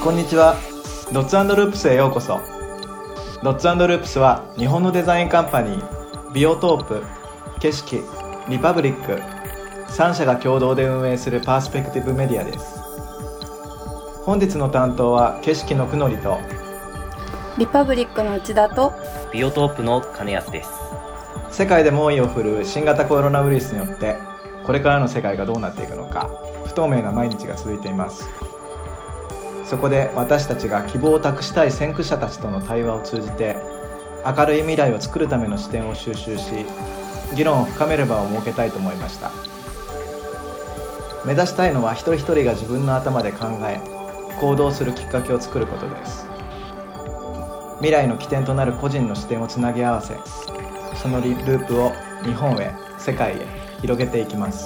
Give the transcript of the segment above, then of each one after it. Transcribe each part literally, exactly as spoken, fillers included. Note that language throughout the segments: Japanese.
こんにちは。ドッツ&ループスへようこそ。ドッツ&ループスは日本のデザインカンパニービオトープ、景色、リパブリックさん社が共同で運営するパースペクティブメディアです。本日の担当は景色のくのりとリパブリックの内田とビオトープの金安です。 世界で猛威を振るう新型コロナウイルスによってこれからの世界がどうなっていくのか不透明な毎日が続いています。そこで私たちが希望を託したい先駆者たちとの対話を通じて明るい未来を作るための視点を収集し議論を深める場を設けたいと思いました。目指したいのは一人一人が自分の頭で考え行動するきっかけを作ることです。未来の起点となる個人の視点をつなぎ合わせそのループを日本へ世界へ広げていきます。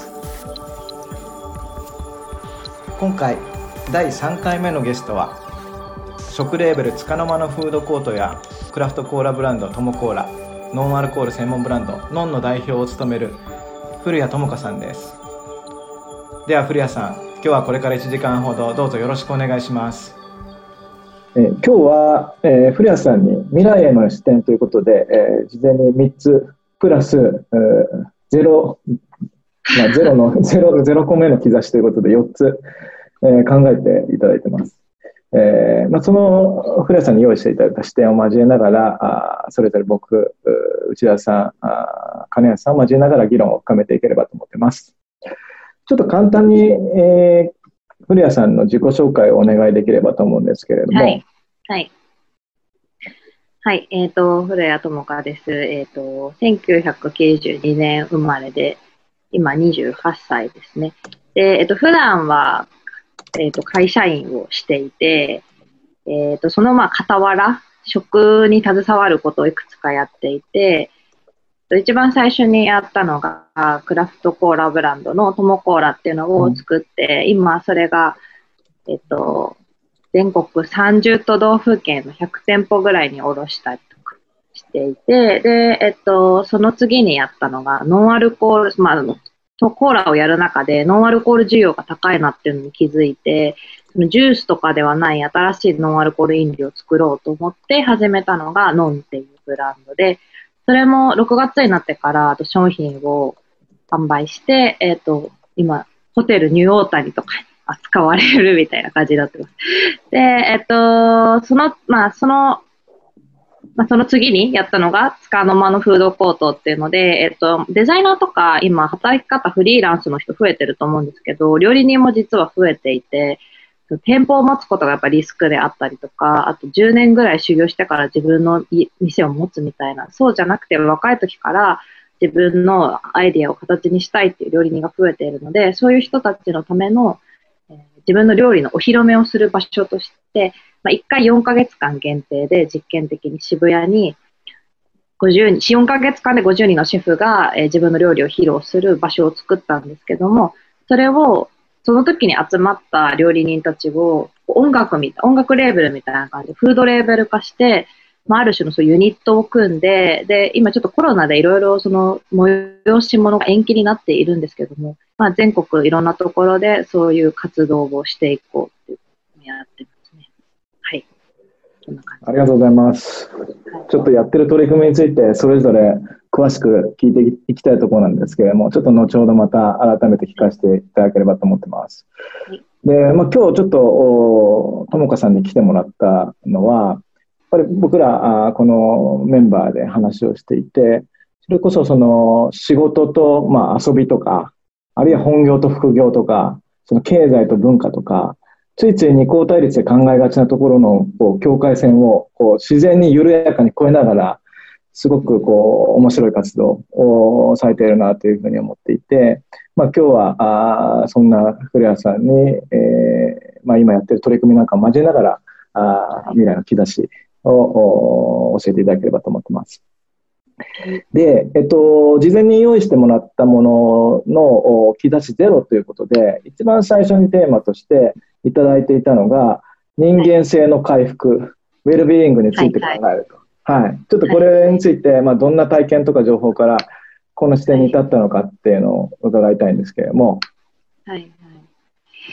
今回だいさんかいめのゲストは食レーベルつかの間のフードコートやクラフトコーラブランドトモコーラ、ノンアルコール専門ブランドノンの代表を務める古谷智香さんです。では古谷さん、今日はこれからいちじかんほどどうぞよろしくお願いします。 えー、今日は、えー、古谷さんに未来への視点ということで、えー、事前にみっつプラス、えー、ゼロ、まあ、ゼロのゼロ、ゼロ個目の兆しということでよっつえー、考えていただいてます。えーまあ、その古谷さんに用意していただいた視点を交えながら、あそれぞれ僕、内田さん、あ金安さんを交えながら議論を深めていければと思っています。ちょっと簡単に、えー、古谷さんの自己紹介をお願いできればと思うんですけれども。 はい。はい。はい。えっ、ー、と、古谷智香です。えっ、ー、と、せんきゅうひゃくきゅうじゅうにねん生まれで、今にじゅうはっさいですね。で、えっ、ー、と、普段は、えーと、会社員をしていて、えーと、そのまあ傍ら、食に携わることをいくつかやっていて、一番最初にやったのが、クラフトコーラブランドのトモコーラっていうのを作って、うん、今それが、えっと、全国さんじゅうとどうふけんのひゃくてんぽぐらいに卸したりとかしていて、で、えっと、その次にやったのが、ノンアルコール、まあ、コーラをやる中でノンアルコール需要が高いなっていうのに気づいて、そのジュースとかではない新しいノンアルコール飲料を作ろうと思って始めたのがノンっていうブランドで、それもろくがつになってからあと商品を販売して、えっと、今、ホテルニューオータニとかに扱われるみたいな感じになってます。で、えっと、その、まあ、その、まあ、その次にやったのがつかの間のフードコートっていうので、えっと、デザイナーとか今働き方フリーランスの人増えてると思うんですけど、料理人も実は増えていて、店舗を持つことがやっぱりリスクであったりとか、あとじゅうねんぐらい修行してから自分の店を持つみたいな、そうじゃなくて若い時から自分のアイディアを形にしたいっていう料理人が増えているので、そういう人たちのための、えー、自分の料理のお披露目をする場所として、まあ、いっかいよんかげつかん限定で実験的に渋谷にごじゅうにん、よんかげつかんでごじゅうにんのシェフが、えー、自分の料理を披露する場所を作ったんですけども、それをその時に集まった料理人たちを音楽みたい、音楽レーベルみたいな感じでフードレーベル化して、まあ、ある種のそういうユニットを組んで、で、今ちょっとコロナでいろいろその催し物が延期になっているんですけども、まあ、全国いろんなところでそういう活動をしていこうっていうのをやってますね。はい。こんな感じ。 ありがとうございます。ちょっとやってる取り組みについてそれぞれ詳しく聞いていきたいところなんですけれども、ちょっと後ほどまた改めて聞かせていただければと思ってます。はい、で、まあ、今日ちょっとともかさんに来てもらったのは、やっぱり僕らあこのメンバーで話をしていて、それこそその仕事とまあ遊びとか、あるいは本業と副業とか、その経済と文化とか、ついつい二項対立で考えがちなところのこう境界線をこう自然に緩やかに越えながら、すごくこう面白い活動をされているなというふうに思っていて、まあ、今日はあそんな古谷さんに、えーまあ、今やっている取り組みなんかを交えながらあ未来の兆しを教えていただければと思っています。で、えっと、事前に用意してもらったものの兆しゼロということで、一番最初にテーマとしていただいていたのが人間性の回復、ウェルビーイングについて考えると。はいはいはい、ちょっとこれについて、はい、まあ、どんな体験とか情報からこの視点に至ったのかっていうのを伺いたいんですけれども。 はいはい、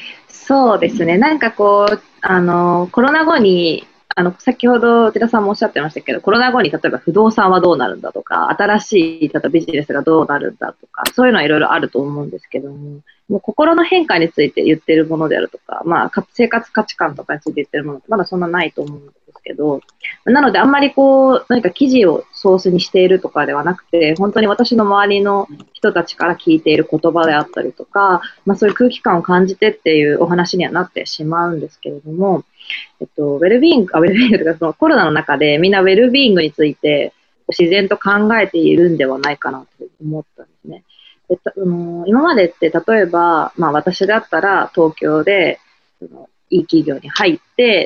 そうですね。なんかこう、あの、コロナ後に、あの、先ほど内田さんもおっしゃってましたけど、コロナ後に例えば不動産はどうなるんだとか、新しい例えばビジネスがどうなるんだとか、そういうのはいろいろあると思うんですけども、もう心の変化について言ってるものであるとか、まあ、か生活価値観とかについて言ってるものってまだそんなないと思うんですけど、なのであんまりこう、何か記事をソースにしているとかではなくて、本当に私の周りの人たちから聞いている言葉であったりとか、まあそういう空気感を感じてっていうお話にはなってしまうんですけれども、えっと、ウェルビーイング、あ、ウェルビーイングというかそのコロナの中でみんなウェルビーイングについて自然と考えているんではないかなと思ったんですね。であの今までって例えば、まあ私だったら東京で、そのいい企業に入って、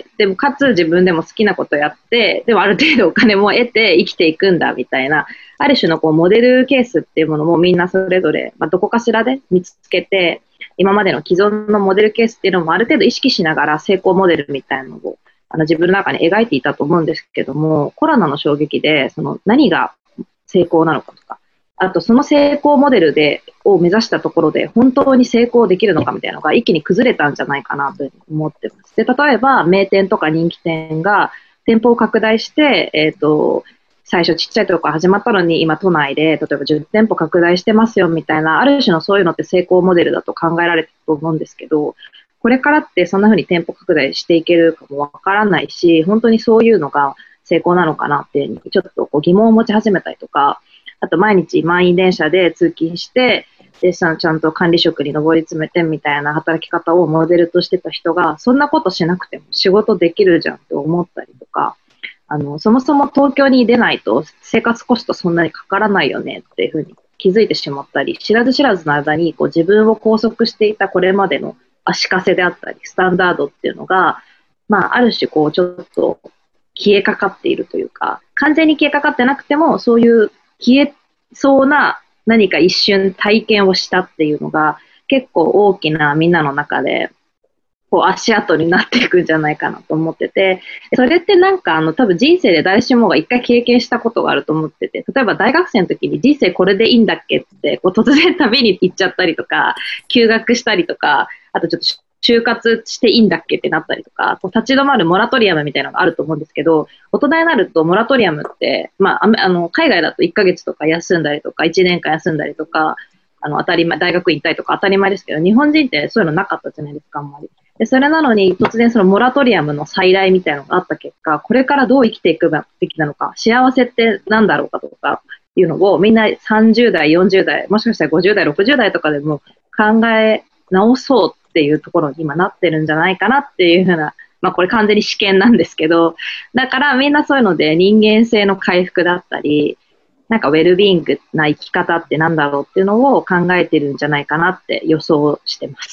でもかつ自分でも好きなことやって、でもある程度お金も得て生きていくんだみたいな、ある種のこうモデルケースっていうものもみんなそれぞれ、まあ、どこかしらで見つけて、今までの既存のモデルケースっていうのもある程度意識しながら成功モデルみたいなのをあの自分の中に描いていたと思うんですけども、コロナの衝撃でその何が成功なのかとか、あとその成功モデルでを目指したところで本当に成功できるのかみたいなのが一気に崩れたんじゃないかなと思ってます。で、例えば名店とか人気店が店舗を拡大して、えっと、最初ちっちゃいところから始まったのに今都内で例えばじゅってんぽ拡大してますよみたいな、ある種のそういうのって成功モデルだと考えられてると思うんですけど、これからってそんな風に店舗拡大していけるかもわからないし、本当にそういうのが成功なのかなってちょっとこう疑問を持ち始めたりとか、あと毎日満員電車で通勤して、でちゃんと管理職に上り詰めてみたいな働き方をモデルとしてた人が、そんなことしなくても仕事できるじゃんって思ったりとか、あの、そもそも東京に出ないと生活コストそんなにかからないよねっていうふうに気づいてしまったり、知らず知らずの間にこう自分を拘束していたこれまでの足かせであったり、スタンダードっていうのが、まあ、ある種こうちょっと消えかかっているというか、完全に消えかかってなくても、そういう消えそうな何か一瞬体験をしたっていうのが結構大きなみんなの中でこう足跡になっていくんじゃないかなと思ってて、それってなんかあの多分人生で誰しもが一回経験したことがあると思ってて、例えば大学生の時に人生これでいいんだっけってこう突然旅に行っちゃったりとか、休学したりとか、あとちょっと就活していいんだっけってなったりとか、こう立ち止まるモラトリアムみたいなのがあると思うんですけど、大人になるとモラトリアムって、まあ、あの海外だといっかげつとか休んだりとか、いちねんかん休んだりとか、あの当たり前、大学院行ったりとか当たり前ですけど、日本人ってそういうのなかったじゃないですか、あんまり。でそれなのに突然そのモラトリアムの再来みたいなのがあった結果、これからどう生きていくべきなのか、幸せって何だろうかとかいうのをみんなさんじゅう代、よんじゅう代、もしかしたらごじゅう代、ろくじゅう代とかでも考え直そうっていうところに今なってるんじゃないかなっていうふうな、まあこれ完全に試験なんですけど、だからみんなそういうので人間性の回復だったり、なんかウェルビーイングな生き方ってなんだろうっていうのを考えてるんじゃないかなって予想してます。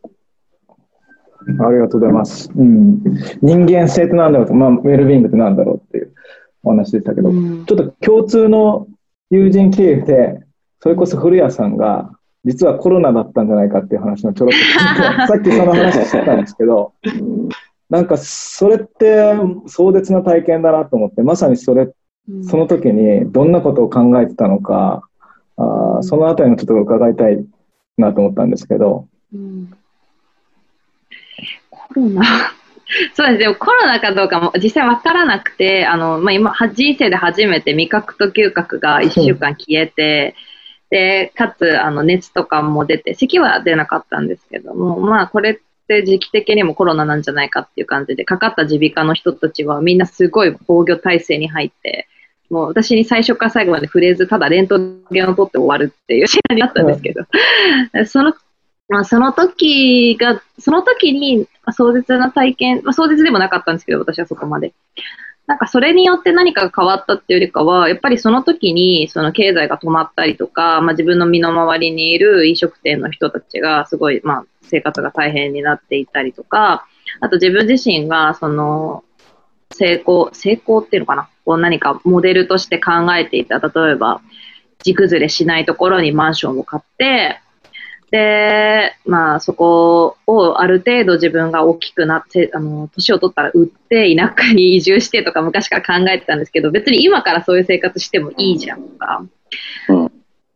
ありがとうございます。うん、人間性ってなんだろうと、まあ、ウェルビーイングってなんだろうっていうお話でしたけど、うん、ちょっと共通の友人経由で、それこそ古谷さんが、実はコロナだったんじゃないかっていう話のちょろっと、さっきその話してたんですけど、なんかそれって壮絶な体験だなと思って、まさにそれ、その時にどんなことを考えてたのか、あそのあたりもちょっと伺いたいなと思ったんですけど。 うんコロナそうです。でもコロナかどうかも実際わからなくて、あの、まあ、今、人生で初めて味覚と嗅覚がいっしゅうかん消えて、で、かつ、あの、熱とかも出て、咳は出なかったんですけども、まあ、これって時期的にもコロナなんじゃないかっていう感じで、かかった耳鼻科の人たちはみんなすごい防御体制に入って、もう私に最初から最後まで触れず、ただレントゲンを取って終わるっていうシーンになったんですけど、うん、その、まあ、その時が、その時に壮絶な体験、まあ、壮絶でもなかったんですけど、私はそこまで。なんかそれによって何かが変わったっていうよりかは、やっぱりその時にその経済が止まったりとか、まあ、自分の身の回りにいる飲食店の人たちがすごい、まあ、生活が大変になっていたりとか、あと自分自身がその成功、成功っていうのかな、こう何かモデルとして考えていた、例えば地崩れしないところにマンションを買って、で、まあそこをある程度自分が大きくなって、あの、年を取ったら売って田舎に移住してとか昔から考えてたんですけど、別に今からそういう生活してもいいじゃんとか。うん、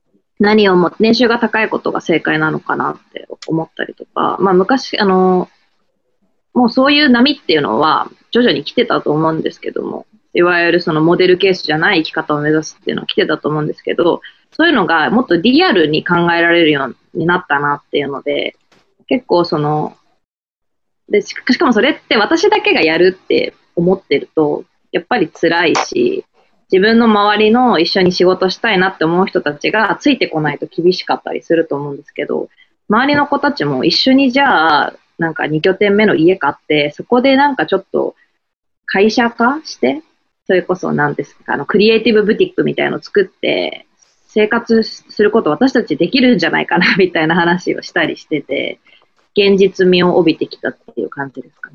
何をも、年収が高いことが正解なのかなって思ったりとか、まあ昔、あの、もうそういう波っていうのは徐々に来てたと思うんですけども、いわゆるそのモデルケースじゃない生き方を目指すっていうのは来てたと思うんですけど、そういうのがもっとリアルに考えられるようになったなっていうので、結構その、で、しかもそれって私だけがやるって思ってると、やっぱり辛いし、自分の周りの一緒に仕事したいなって思う人たちがついてこないと厳しかったりすると思うんですけど、周りの子たちも一緒にじゃあ、なんかに拠点目の家買って、そこでなんかちょっと会社化して、それこそ何ですか、あの、クリエイティブブティックみたいなのを作って、生活すること私たちできるんじゃないかなみたいな話をしたりしてて、現実味を帯びてきたっていう感じですかね。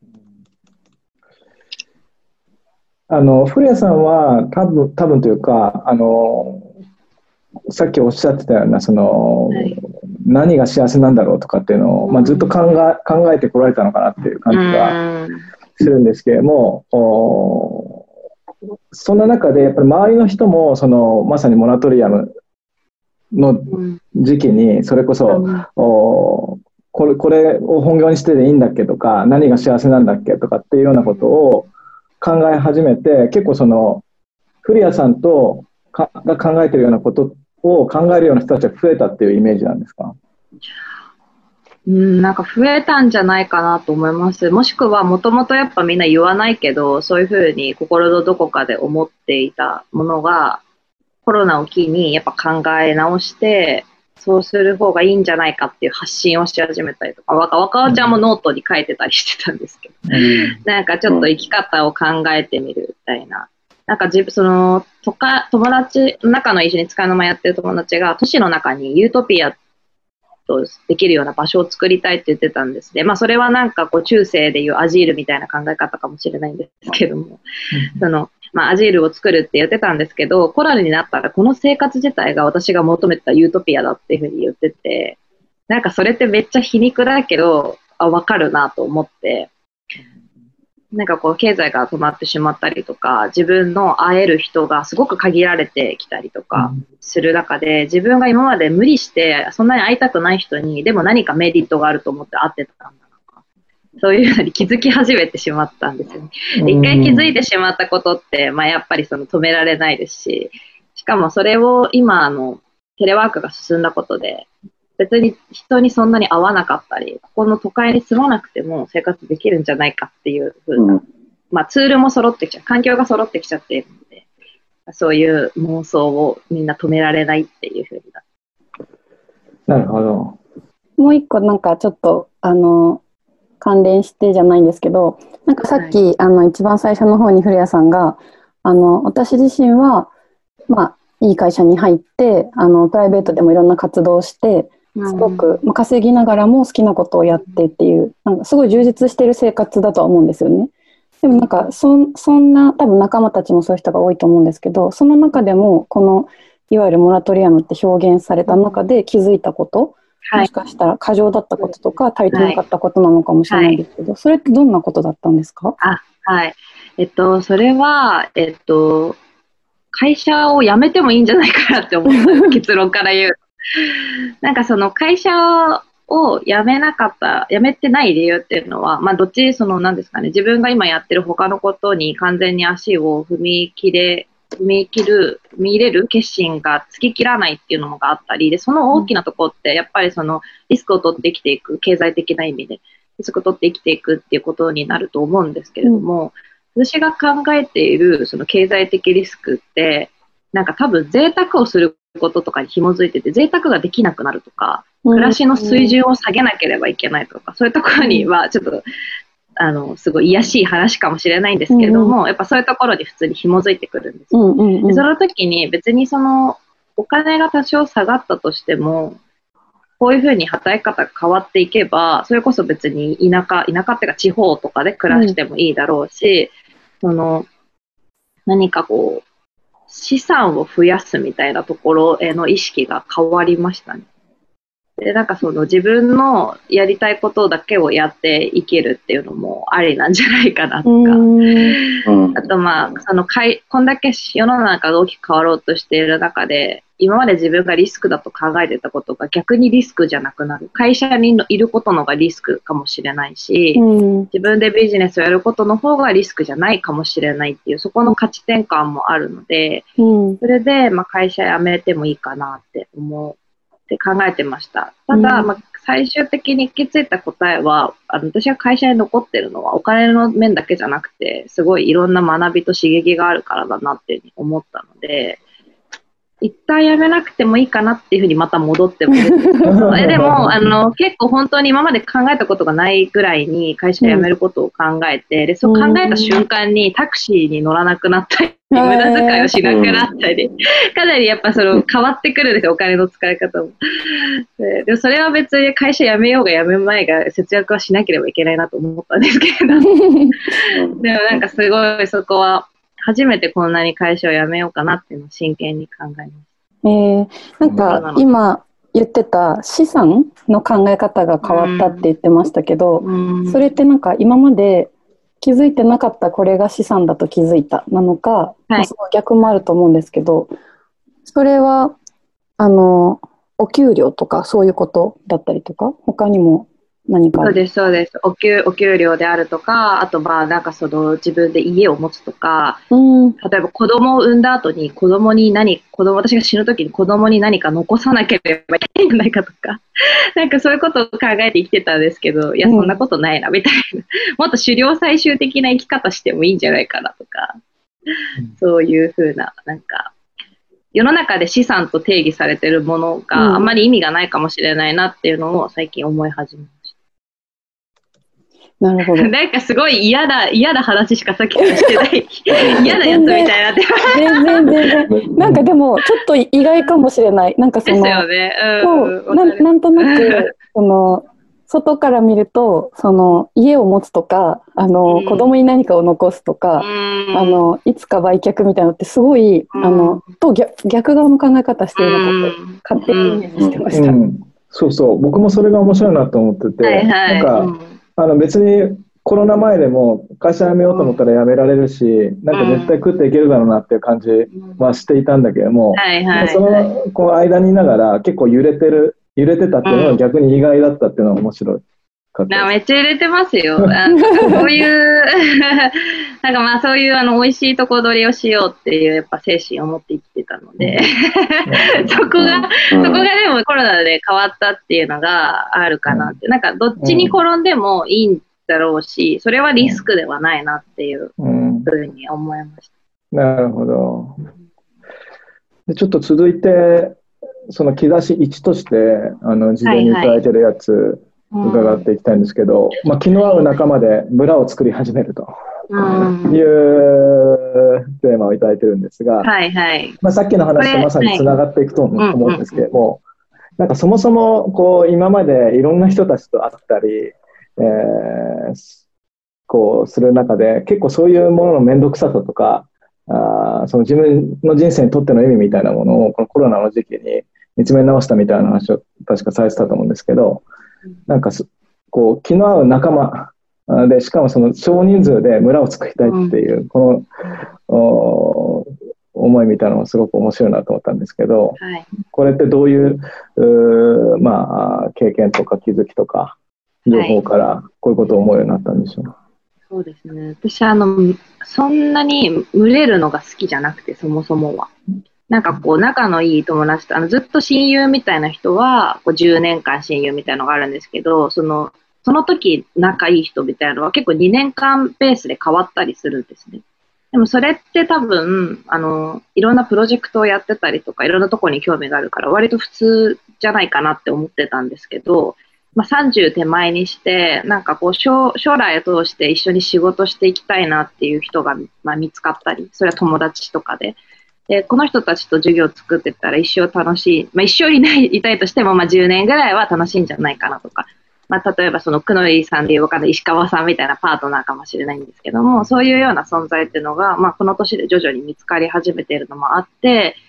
あの古谷さんは多分多分というか、あのさっきおっしゃってたようなその、はい、何が幸せなんだろうとかっていうのを、まあ、ずっと考え、考えてこられたのかなっていう感じがするんですけれども、おそんな中でやっぱり周りの人もそのまさにモラトリアムの時期にそれこそ、うん、おこれ、これを本業にしてでいいんだっけとか、何が幸せなんだっけとかっていうようなことを考え始めて、結構その古谷さんとかが考えているようなことを考えるような人たちが増えたっていうイメージなんですか？ うん、なんか増えたんじゃないかなと思います。もしくはもともとやっぱみんな言わないけど、そういうふうに心のどこかで思っていたものがコロナを機にやっぱ考え直して、そうする方がいいんじゃないかっていう発信をし始めたりとか、若々ちゃんもノートに書いてたりしてたんですけど、うん、なんかちょっと生き方を考えてみるみたいな。なんか自分、その、とか、友達、仲の一緒に使いの間やってる友達が、都市の中にユートピアとできるような場所を作りたいって言ってたんですね。まあそれはなんかこう中世でいうアジールみたいな考え方かもしれないんですけども、うん、その、まあアジールを作るって言ってたんですけど、コロナになったらこの生活自体が私が求めてたユートピアだっていうふうに言ってて、なんかそれってめっちゃ皮肉だけど、あ、わかるなと思って、なんかこう経済が止まってしまったりとか、自分の会える人がすごく限られてきたりとかする中で、自分が今まで無理してそんなに会いたくない人にでも何かメリットがあると思って会ってたんだなとか、そういうのに気づき始めてしまったんですよね。で一回気づいてしまったことって、まあ、やっぱりその止められないですし、しかもそれを今あのテレワークが進んだことで別に人にそんなに会わなかったり、ここの都会に住まなくても生活できるんじゃないかっていう風な、うん、まあツールも揃ってきちゃう、環境が揃ってきちゃっているので、そういう妄想をみんな止められないっていう風になって。 なるほど。 もう一個なんかちょっとあの関連してじゃないんですけど、なんかさっき、はい、あの一番最初の方に古谷さんがあの私自身はまあいい会社に入ってあのプライベートでもいろんな活動をしてすごく、まあ、稼ぎながらも好きなことをやってっていう、なんかすごい充実している生活だとは思うんですよね。でもなんか そ, そんな多分仲間たちもそういう人が多いと思うんですけど、その中でもこのいわゆるモラトリアムって表現された中で気づいたこと、はい、もしかしたら過剰だったこととか足りてなかったことなのかもしれないですけど、はい、それってどんなことだったんですか？ あ、はい。えっと、それは、えっと、会社を辞めてもいいんじゃないかなって思った結論から言う。なんかその会社を辞めなかった、辞めてない理由っていうのは、まあどっち、その何ですかね、自分が今やってる他のことに完全に足を踏み切れ、踏み切る、踏み入れる決心がつききらないっていうのがあったり、で、その大きなところってやっぱりそのリスクを取って生きていく、経済的な意味でリスクを取って生きていくっていうことになると思うんですけれども、うん、私が考えているその経済的リスクって、なんか多分贅沢をすることとかに紐づいてて、贅沢ができなくなるとか、暮らしの水準を下げなければいけないとか、そういうところにはちょっと、あの、すごい癒しい話かもしれないんですけれども、やっぱそういうところに普通に紐づいてくるんですよ。でその時に別にその、お金が多少下がったとしても、こういうふうに働き方が変わっていけば、それこそ別に田舎、田舎っていうか地方とかで暮らしてもいいだろうし、その、何かこう、資産を増やすみたいなところへの意識が変わりましたね。 で、なんかその自分のやりたいことだけをやっていけるっていうのもありなんじゃないかなとか。あとまあ、そのかい、こんだけ世の中が大きく変わろうとしている中で、今まで自分がリスクだと考えてたことが逆にリスクじゃなくなる。会社にいることのがリスクかもしれないし、うん、自分でビジネスをやることの方がリスクじゃないかもしれないっていう、そこの価値転換もあるので、うん、それで、まあ、会社辞めてもいいかなって思って考えてました。ただ、うん、まあ、最終的に行き着いた答えは、あの私が会社に残ってるのはお金の面だけじゃなくて、すごいいろんな学びと刺激があるからだなっていうふうに思ったので、一旦辞めなくてもいいかなっていうふうにまた戻ってもえでもあの結構本当に今まで考えたことがないぐらいに会社辞めることを考えて、うん、でそう考えた瞬間にタクシーに乗らなくなったり、無駄遣いをしなくなったり、かなりやっぱその変わってくるんですよ、お金の使い方も。で、でもそれは別に会社辞めようが辞めまいが節約はしなければいけないなと思ったんですけどでもなんかすごいそこは初めてこんなに会社を辞めようかなっていうのを真剣に考えます。 えー、なんか今言ってた資産の考え方が変わったって言ってましたけど、うん、それってなんか今まで気づいてなかったこれが資産だと気づいたなのか、はい、まあ、その逆もあると思うんですけど、それはあのお給料とかそういうことだったりとか他にも何かある？ そうですそうです。お給、お給料であるとか、あとまあなんかその自分で家を持つとか、うん、例えば子供を産んだ後に子供に何子供私が死ぬ時に子供に何か残さなければいけないんじゃないかとかなんかそういうことを考えて生きてたんですけど、いやそんなことないなみたいな、もっと狩猟採集的な生き方してもいいんじゃないかなとか、そういうふうななんか世の中で資産と定義されているものがあんまり意味がないかもしれないなっていうのを最近思い始めました。 なるほど。 なんかすごい嫌な嫌な話しかさっきからしてない嫌なやつみたいになって全然全然なんかでもちょっと意外かもしれない。なんかそのですよね、 うん、な, なんとなくその外から見るとその家を持つとかあの、うん、子供に何かを残すとか、うん、あのいつか売却みたいなのってすごい、うん、あのと 逆, 逆側の考え方してるのかって勝手にイメージしてました、うんうん、 そうそう僕もそれが面白いなと思ってて、はいはい、なんか、うんあの別にコロナ前でも会社辞めようと思ったら辞められるし、うん、なんか絶対食っていけるだろうなっていう感じはしていたんだけども、うんはいはいはい、そのこう間にいながら結構揺れてる揺れてたっていうのは逆に意外だったっていうのが面白いかった。 めっちゃ揺れてますよ。そういうなんかまあそういうあの美味しいとこ取りをしようっていうやっぱ精神を持って生きてたので、うん、そこが、うん、そこがでもコロナで変わったっていうのがあるかなって、うん、なんかどっちに転んでもいいんだろうし、それはリスクではないなっていうふうに思いました。 なるほど。でちょっと続いてその兆しいちとしてあの事前にいただいてるやつ、はいはい伺っていきたいんですけど、うんまあ、気の合う仲間で村を作り始めるというテーマをいただいてるんですが、 はいはいまあ、さっきの話とまさにつながっていくと思うんですけども、なんかそもそもこう今までいろんな人たちと会ったり、えー、こうする中で結構そういうものの面倒くささとかあその自分の人生にとっての意味みたいなものをこのコロナの時期に見つめ直したみたいな話を確かされてたと思うんですけど、なんかこう気の合う仲間でしかもその少人数で村を作りたいっていう、うん、この思いみたいなのがすごく面白いなと思ったんですけど、はい、これってどういう、うまあ、経験とか気づきとか情報からこういうことを思うようになったんでしょうか。 そうですね。私あのそんなに群れるのが好きじゃなくてそもそもは。なんかこう仲のいい友達とあのずっと親友みたいな人はこうじゅうねんかん親友みたいなのがあるんですけど、そのその時仲いい人みたいなのは結構にねんかんペースで変わったりするんですね。でもそれって多分あのいろんなプロジェクトをやってたりとかいろんなところに興味があるから割と普通じゃないかなって思ってたんですけど、まあ、さんじゅう手前にしてなんかこう 将, 将来を通して一緒に仕事していきたいなっていう人が、まあ、見つかったり、それは友達とかで。でこの人たちと授業を作ってたら一生楽しい、まあ、一生いないいたいとしても、まあ、じゅうねんぐらいは楽しいんじゃないかなとか、まあ、例えばそのくのいさんでいうわかんない石川さんみたいなパートナーかもしれないんですけども、そういうような存在っていうのが、まあ、この年で徐々に見つかり始めているのもあって、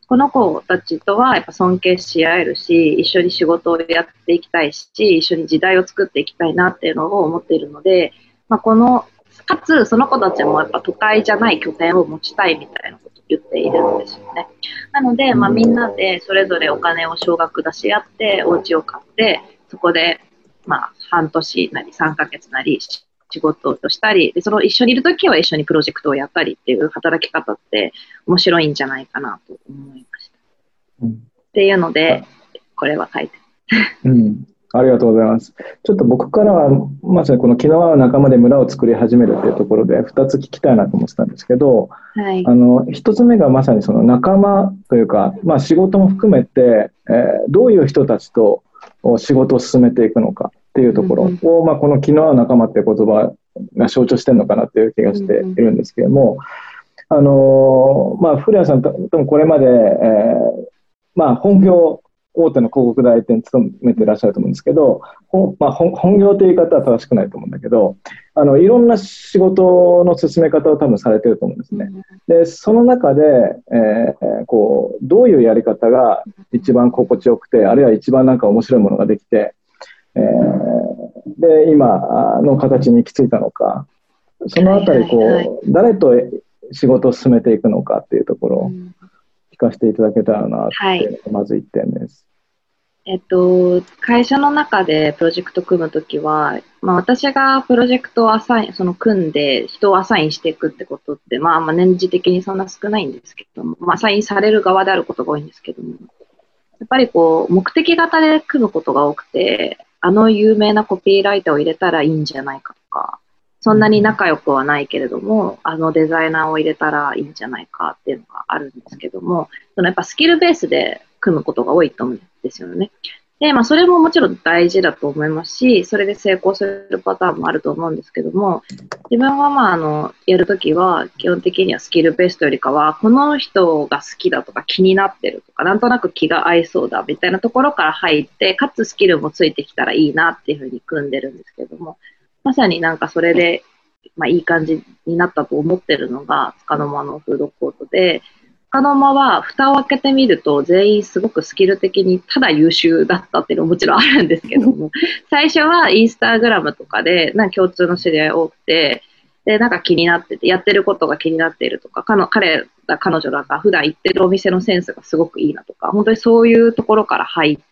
この子たちとはやっぱ尊敬し合えるし、一緒に仕事をやっていきたいし、一緒に時代を作っていきたいなっていうのを思っているので、まあ、この、かつその子たちもやっぱ都会じゃない拠点を持ちたいみたいなことを言っているんですよね。なので、まあ、みんなでそれぞれお金を少額出し合って、お家を買って、そこで、まあ、半年なりさんかげつなり仕事をしたり、でその一緒にいるときは一緒にプロジェクトをやったりっていう働き方って面白いんじゃないかなと思いました。うん、っていうので、これは書いてうん。ありがとうございます。ちょっと僕からは、まさにこの気の合う仲間で村を作り始めるっていうところでふたつ聞きたいなと思ってたんですけど、はい、あのひとつめがまさにその仲間というか、まあ、仕事も含めて、えー、どういう人たちと仕事を進めていくのかっていうところを、うんうん、まあ、この気の合う仲間っていう言葉が象徴してるのかなっていう気がしているんですけれども、うんうん、あのまあ、古谷さんともこれまで、えーまあ、本業大手の広告代理店に勤めていらっしゃると思うんですけど、まあ、本業という言い方は正しくないと思うんだけど、あのいろんな仕事の進め方を多分されていると思うんですね。でその中で、えー、こうどういうやり方が一番心地よくて、あるいは一番なんか面白いものができて、えー、で今の形に行き着いたのか、そのあたりこう、はいはいはい、誰と仕事を進めていくのかっていうところを聞かせていただけたらなって、はい、まずいってんです。 えっと、会社の中でプロジェクト組むときは、まあ、私がプロジェクトをアサイン、その組んで人をアサインしていくってことって、まあ、まあ年次的にそんな少ないんですけども、まあ、アサインされる側であることが多いんですけども、やっぱりこう、目的型で組むことが多くて、あの有名なコピーライターを入れたらいいんじゃないかとか、そんなに仲良くはないけれども、あのデザイナーを入れたらいいんじゃないかっていうのがあるんですけども、そのやっぱスキルベースで組むことが多いと思うんですよね。で、まあそれももちろん大事だと思いますし、それで成功するパターンもあると思うんですけども、自分はまああの、やるときは基本的にはスキルベースというよりかは、この人が好きだとか気になってるとか、なんとなく気が合いそうだみたいなところから入って、かつスキルもついてきたらいいなっていうふうに組んでるんですけども、まさになんかそれで、まあいい感じになったと思ってるのが、つかの間のフードコートで、つかの間は蓋を開けてみると全員すごくスキル的にただ優秀だったっていうのももちろんあるんですけども、最初はインスタグラムとかでなんか共通の知り合い多くて、で、なんか気になってて、やってることが気になっているとか、彼ら、彼女らが普段行ってるお店のセンスがすごくいいなとか、本当にそういうところから入って、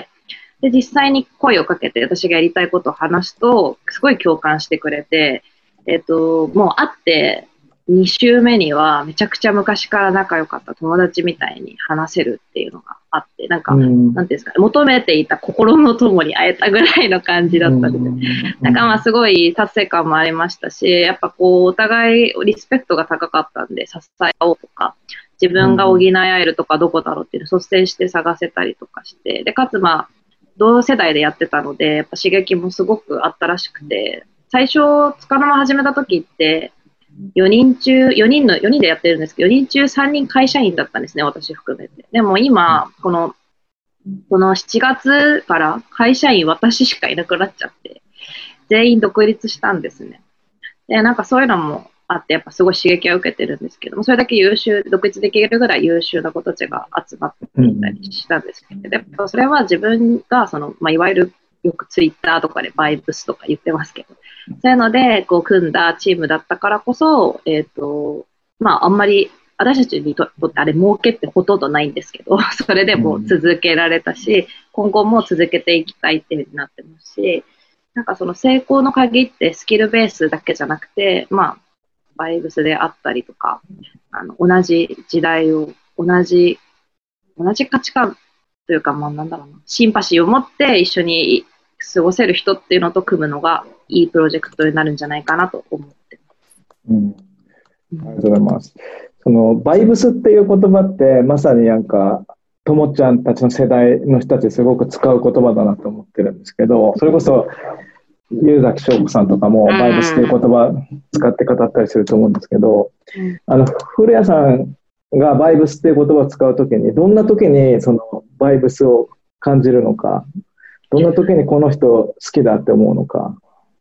で、実際に声をかけて私がやりたいことを話すと、すごい共感してくれて、えっと、もう会って、に週目にはめちゃくちゃ昔から仲良かった友達みたいに話せるっていうのがあって、なんか、うん、なんていうんですかね、求めていた心の友に会えたぐらいの感じだったんで、なんかまあすごい達成感もありましたし、やっぱこう、お互いリスペクトが高かったんで、支え合おうとか、自分が補い合えるとかどこだろうっていうのを率先して探せたりとかして、で、かつまあ、同世代でやってたので、やっぱ刺激もすごくあったらしくて、最初、つかの間始めた時って、よにん中、よにんの、よにんでやってるんですけど、よにん中さんにん会社員だったんですね、私含めて。でも今、この、このしちがつから会社員私しかいなくなっちゃって、全員独立したんですね。で、なんかそういうのもあって、やっぱすごい刺激を受けてるんですけども、それだけ優秀、独立できるぐらい優秀な子たちが集まっていたりしたんですけど、やっぱそれは自分が、その、まあ、いわゆるよくツイッターとかでバイブスとか言ってますけど、そういうので、こう、組んだチームだったからこそ、えっと、まあ、あんまり、私たちにとってあれ、儲けってほとんどないんですけど、それでも続けられたし、今後も続けていきたいっていうふうになってますし、なんかその成功の鍵ってスキルベースだけじゃなくて、まあ、バイブスであったりとか、あの、同じ時代を、同じ、同じ価値観というか、まあ、なんだろうな、シンパシーを持って一緒に過ごせる人っていうのと組むのがいいプロジェクトになるんじゃないかなと思ってます。 うん、ありがとうございます。そのバイブスっていう言葉ってまさになんかともちゃんたちの世代の人たちすごく使う言葉だなと思ってるんですけど、それこそ湯崎翔子さんとかもバイブスっていう言葉使って語ったりすると思うんですけど、あの古谷さんがバイブスっていう言葉を使うときにどんなときにそのバイブスを感じるのか、どんな時にこの人好きだって思うのか、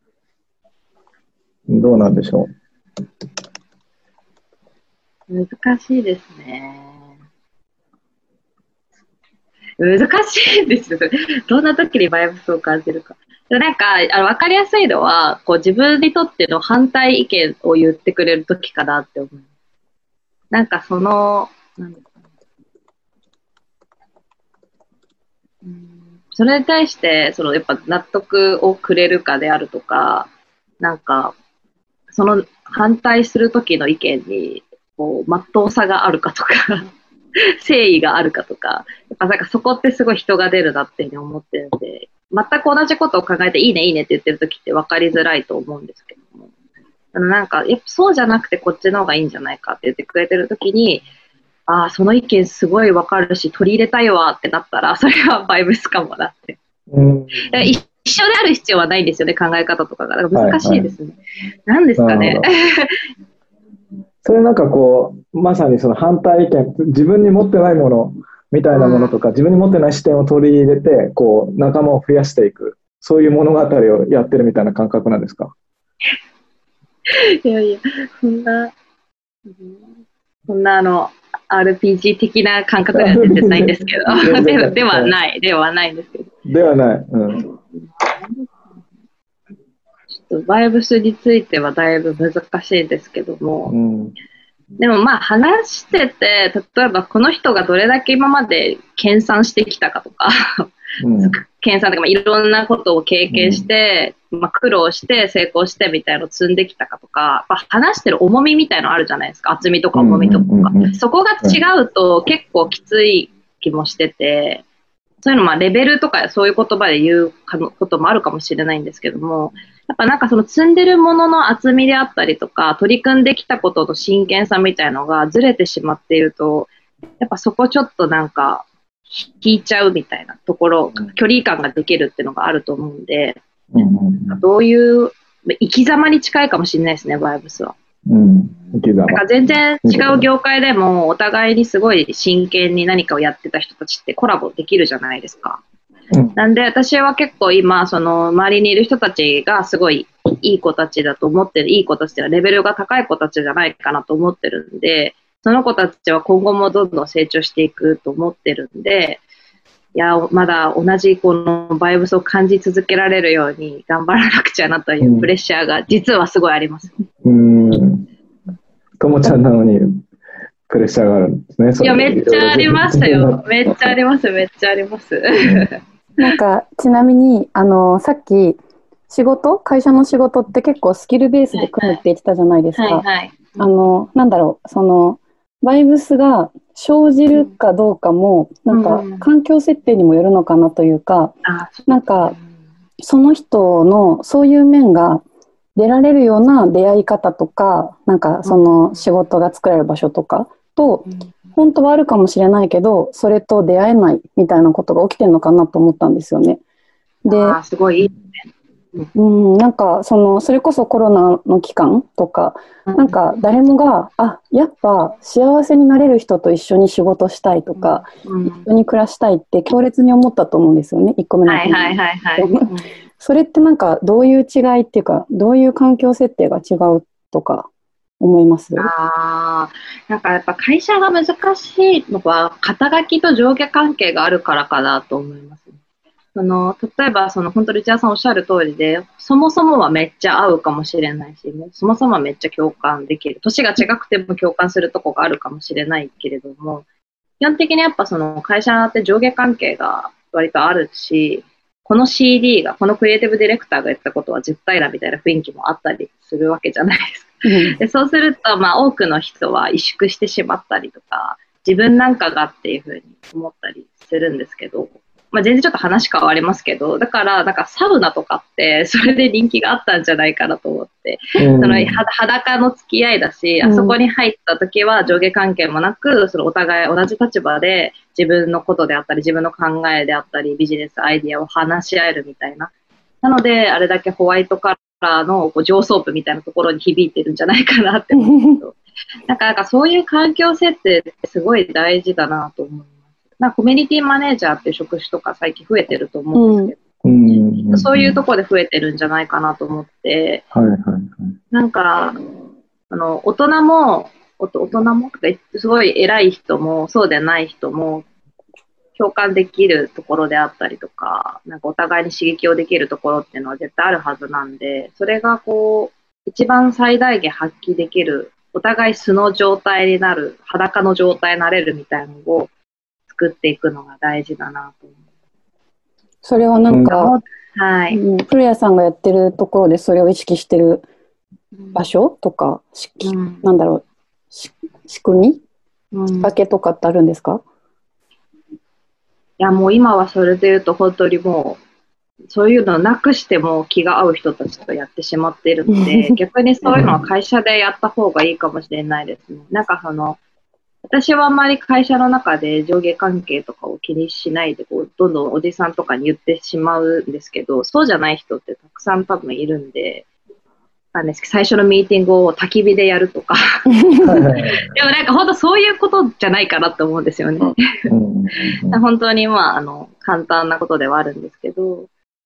どうなんでしょう。難しいですね。 難しいんですよ。どんな時にバイブスを感じるか。でなんか、あの分かりやすいのは、こう自分にとっての反対意見を言ってくれる時かなって思う。なんかその、なんですかね。うん、それに対して、そのやっぱ納得をくれるかであるとか、なんか、その反対する時の意見に、こう、まっとうさがあるかとか、誠意があるかとか、やっぱなんかそこってすごい人が出るなっていうふうに思ってるんで、全く同じことを考えていいねいいねって言ってる時って分かりづらいと思うんですけども、あのなんかやっぱそうじゃなくてこっちの方がいいんじゃないかって言ってくれてる時に、ああその意見すごい分かるし取り入れたいわってなったら、それはバイブスかもなって。うん、一緒である必要はないんですよね、考え方とかが。だから難しいですね。はいはい、なんですかね。 それなんかこう、まさにその反対意見、自分に持ってないものみたいなものとか、うん、自分に持ってない視点を取り入れて、こう、仲間を増やしていく、そういう物語をやってるみたいな感覚なんですか？ いやいや、そんな、そんなあの、アールピージー 的な感覚では全然ないんですけど、で, ではない、ではないんですけど。 ではない。うん。ちょっとバイブスについてはだいぶ難しいんですけども、うん、でもまあ話してて、例えばこの人がどれだけ今まで研鑽してきたかとか、うん、研鑽とか、まあ、いろんなことを経験して、うんまあ、苦労して成功してみたいなのを積んできたかとか、まあ、話してる重みみたいなのあるじゃないですか、厚みとか重みとか、うんうんうん、そこが違うと結構きつい気もしてて、そういうのまあレベルとかそういう言葉で言うこともあるかもしれないんですけども、やっぱなんかその積んでるものの厚みであったりとか、取り組んできたことの真剣さみたいなのがずれてしまっていると、やっぱそこちょっとなんか引いちゃうみたいなところ、距離感ができるっていうのがあると思うんで、うん、どういう生き様に近いかもしれないですね、バイブスは。うん、なんか全然違う業界でもお互いにすごい真剣に何かをやってた人たちってコラボできるじゃないですか。うん、なんで私は結構今その周りにいる人たちがすごいいい子たちだと思ってる、いい子たちっていうのはレベルが高い子たちじゃないかなと思ってるんで、その子たちは今後もどんどん成長していくと思ってるんで、いやまだ同じこのバイブスを感じ続けられるように頑張らなくちゃなというプレッシャーが実はすごいあります。うん。 ともちゃんなのにプレッシャーがあるんですね。 いやめっちゃありましたよ。めっちゃあります。めっちゃあります。 なんかちなみにあのさっき仕事会社の仕事って結構スキルベースで組むって言ってたじゃないですか。はいはいはい、あのなんだろうそのバイブスが生じるかどうかも、うん、なんか環境設定にもよるのかなというか、うん、なんかその人のそういう面が出られるような出会い方とか、なんかその仕事が作られる場所とかと、うん、本当はあるかもしれないけど、それと出会えないみたいなことが起きてるのかなと思ったんですよね。 で、あ、すごいいいね。 うん、なんかそのそれこそコロナの期間とか、なんか誰もがあやっぱ幸せになれる人と一緒に仕事したいとか、うん、一緒に暮らしたいって強烈に思ったと思うんですよね、いっこめの。 はいはいはいはい。 それってなんかどういう違いっていうか、どういう環境設定が違うとか思います？ あなんかやっぱ会社が難しいのは肩書きと上下関係があるからかなと思います。その例えばその本当に内田さんおっしゃる通りで、そもそもはめっちゃ合うかもしれないし、もうそもそもはめっちゃ共感できる、年が違くても共感するとこがあるかもしれないけれども、基本的にやっぱその会社って上下関係が割とあるし、この シーディー がこのクリエイティブディレクターが言ったことは絶対だみたいな雰囲気もあったりするわけじゃないですか。でそうすると、まあ、多くの人は萎縮してしまったりとか、自分なんかがっていうふうに思ったりするんですけど、まあ、全然ちょっと話変わりますけど、だからなんかサウナとかってそれで人気があったんじゃないかなと思って、うん、その裸の付き合いだし、うん、あそこに入った時は上下関係もなく、そのお互い同じ立場で自分のことであったり自分の考えであったりビジネスアイディアを話し合えるみたいな。なのであれだけホワイトカラーのこう上層部みたいなところに響いてるんじゃないかなって思うんですけどなんか、なんかそういう環境設定ってすごい大事だなと思います。なんかコミュニティマネージャーっていう職種とか最近増えてると思うんですけど、うんうん、そういうところで増えてるんじゃないかなと思って、はいはいはい、なんかあの大人も大人もすごい偉い人もそうでない人も共感できるところであったりとか、なんかお互いに刺激をできるところっていうのは絶対あるはずなんで、それがこう、一番最大限発揮できる、お互い素の状態になる、裸の状態になれるみたいなのを作っていくのが大事だなと思う。 それはなんか、 はい。 うん、古谷さんがやってるところでそれを意識してる場所とか、うん、なんだろう、し仕組み、うん、仕掛けとかってあるんですか？ いや、もう今はそれで言うと本当にもう、そういうのをなくしても気が合う人たちとやってしまっているので、逆にそういうのは会社でやった方がいいかもしれないですね。なんかその、私はあんまり会社の中で上下関係とかを気にしないでこう、どんどんおじさんとかに言ってしまうんですけど、そうじゃない人ってたくさん多分いるんで、なんですけど最初のミーティングを焚き火でやるとか。でもなんか本当そういうことじゃないかなと思うんですよね。本当にまあ、あの、簡単なことではあるんですけど。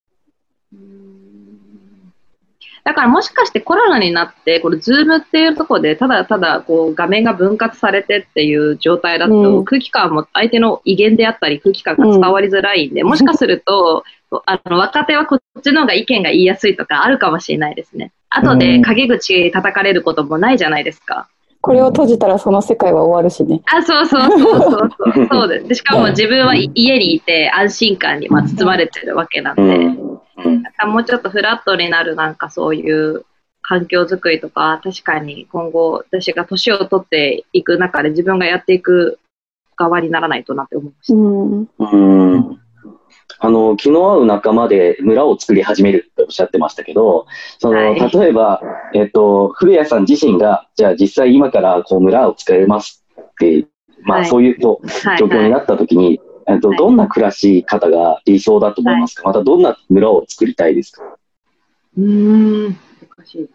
だからもしかしてコロナになって、これズームっていうところで、ただただこう画面が分割されてっていう状態だと、うん、空気感も相手の威厳であったり空気感が伝わりづらいんで、うん、もしかすると、あの若手はこっちの方が意見が言いやすいとかあるかもしれないですね。後で陰口叩かれることもないじゃないですか。 これを閉じたらその世界は終わるしね。 あ、そうそうそうそうそう。そうです。でしかも自分は家にいて安心感にまあ包まれてるわけなんで。うんもうちょっとフラットになるなんかそういう環境づくりとか、確かに今後私が年を取っていく中で自分がやっていく側にならないとなって思いました。 うんうんあの気の合う仲間で村を作り始めるっておっしゃってましたけど、その、はい、例えば、えっと、古谷さん自身がじゃあ実際今からこう村を作れますって、まあ、そういうこう、はい、状況になった時に、はいはいえっと、どんな暮らし方が理想だと思いますか、はい、またどんな村を作りたいですか？ うーん、難しい。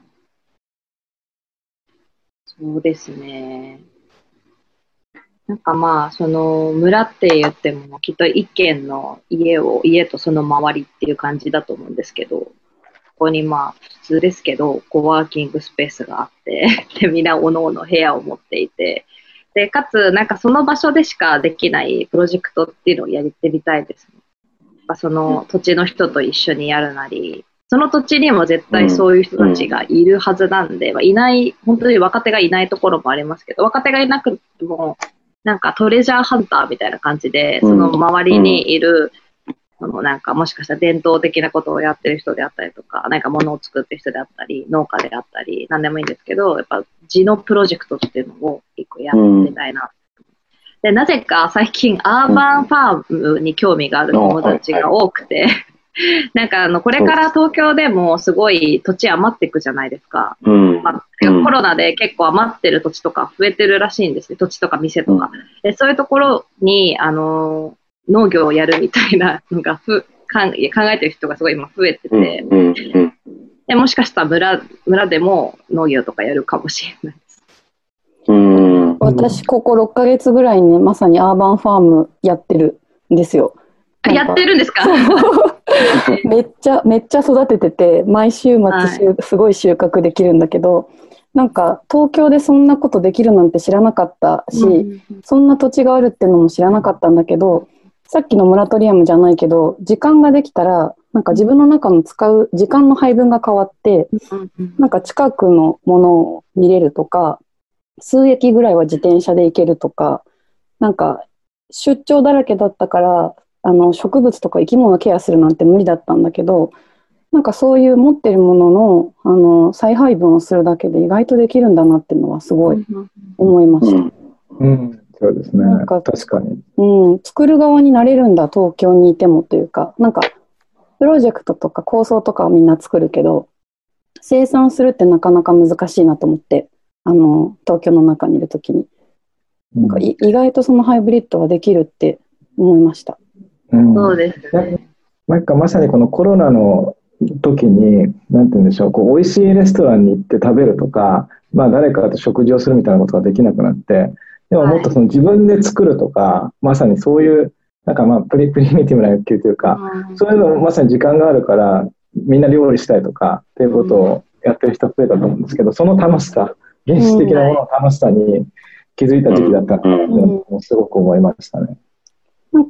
そうですね。なんかまあ、その村って言ってもきっと一軒の家を、家とその周りっていう感じだと思うんですけど、ここにまあ普通ですけど、コワーキングスペースがあって、で、みんなおのおの部屋を持っていて、で、かつ、なんかその場所でしかできないプロジェクトっていうのをやってみたいですね。その土地の人と一緒にやるなり、その土地にも絶対そういう人たちがいるはずなんで、まあ、いない、本当に若手がいないところもありますけど、若手がいなくても、なんかトレジャーハンターみたいな感じで、その周りにいる、そのなんかもしかしたら伝統的なことをやってる人であったりとか、何か物を作ってる人であったり、農家であったり、何でもいいんですけど、やっぱ地のプロジェクトっていうのを一個やってたいな。で、なぜか最近アーバンファームに興味がある友達が多くて、なんかあの、これから東京でもすごい土地余っていくじゃないですか。まあ、コロナで結構余ってる土地とか増えてるらしいんですね。土地とか店とか。でそういうところに、あの、農業をやるみたいなのがふかん考えてる人がすごい今増えてて、でもしかしたら村、村でも農業とかやるかもしれないです。 うん私、こころっかげつぐらいにね、まさにアーバンファームやってるんですよ。 あ、やってるんですか？ めっちゃ、めっちゃ育ててて、毎週末、はい、すごい収穫できるんだけど、なんか東京でそんなことできるなんて知らなかったし、うん、そんな土地があるってのも知らなかったんだけど、さっきのモラトリアムじゃないけど、時間ができたら、なんか自分の中の使う時間の配分が変わって、なんか近くのものを見れるとか、数駅ぐらいは自転車で行けるとか、なんか出張だらけだったから、あの植物とか生き物ケアするなんて無理だったんだけど、なんかそういう持ってるものの、あの再配分をするだけで意外とできるんだなっていうのはすごい思いました。うんうんそうですね。なんか確かに。 うん、作る側になれるんだ、東京にいてもというか、なんかプロジェクトとか構想とかはみんな作るけど、生産するってなかなか難しいなと思って、あの東京の中にいるときに、なんかい、うん、意外とそのハイブリッドはできるって思いました。 うん、そうですね。 なんかまさにこのコロナの時に、なんて言うんでしょう、こう美味しいレストランに行って食べるとか、まあ誰かと食事をするみたいなことができなくなって、でももっとその自分で作るとか、はい、まさにそういう、なんかまあプリプリミティブな欲求というか、うん、そういうのまさに時間があるから、みんな料理したいとかっていうことをやってる人増えたと思うんですけど、その楽しさ、原始的なものの楽しさに気づいた時期だったなとすごく思いましたね。 なん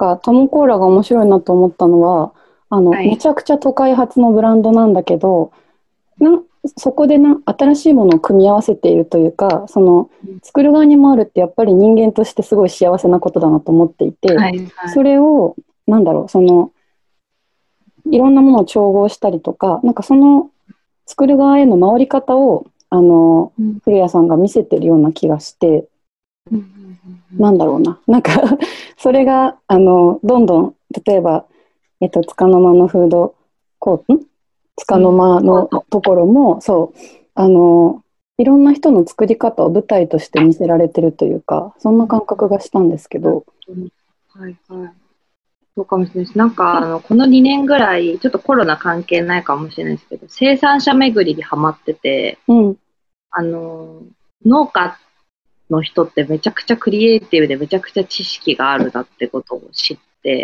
かトモコーラが面白いなと思ったのは、あの、 はいめちゃくちゃ都会発のブランドなんだけど、なそこでな新しいものを組み合わせているというか、その作る側にもあるってやっぱり人間としてすごい幸せなことだなと思っていて、 はいはいそれをなんだろう、そのいろんなものを調合したりとか、なんかその作る側への回り方をあの、 うん古谷さんが見せてるような気がして、 うんうんうんなんだろうな、なんかそれがあのどんどん例えば、えっと、束の間のフードコート、ん束の間のところも、そうあのいろんな人の作り方を舞台として見せられてるというか、そんな感覚がしたんですけど。 はいはい。そうかもしれないです。なんか、あの、このにねんぐらい、ちょっとコロナ関係ないかもしれないですけど、生産者巡りにハマってて、 うんあの、農家の人ってめちゃくちゃクリエイティブでめちゃくちゃ知識があるなってことを知って、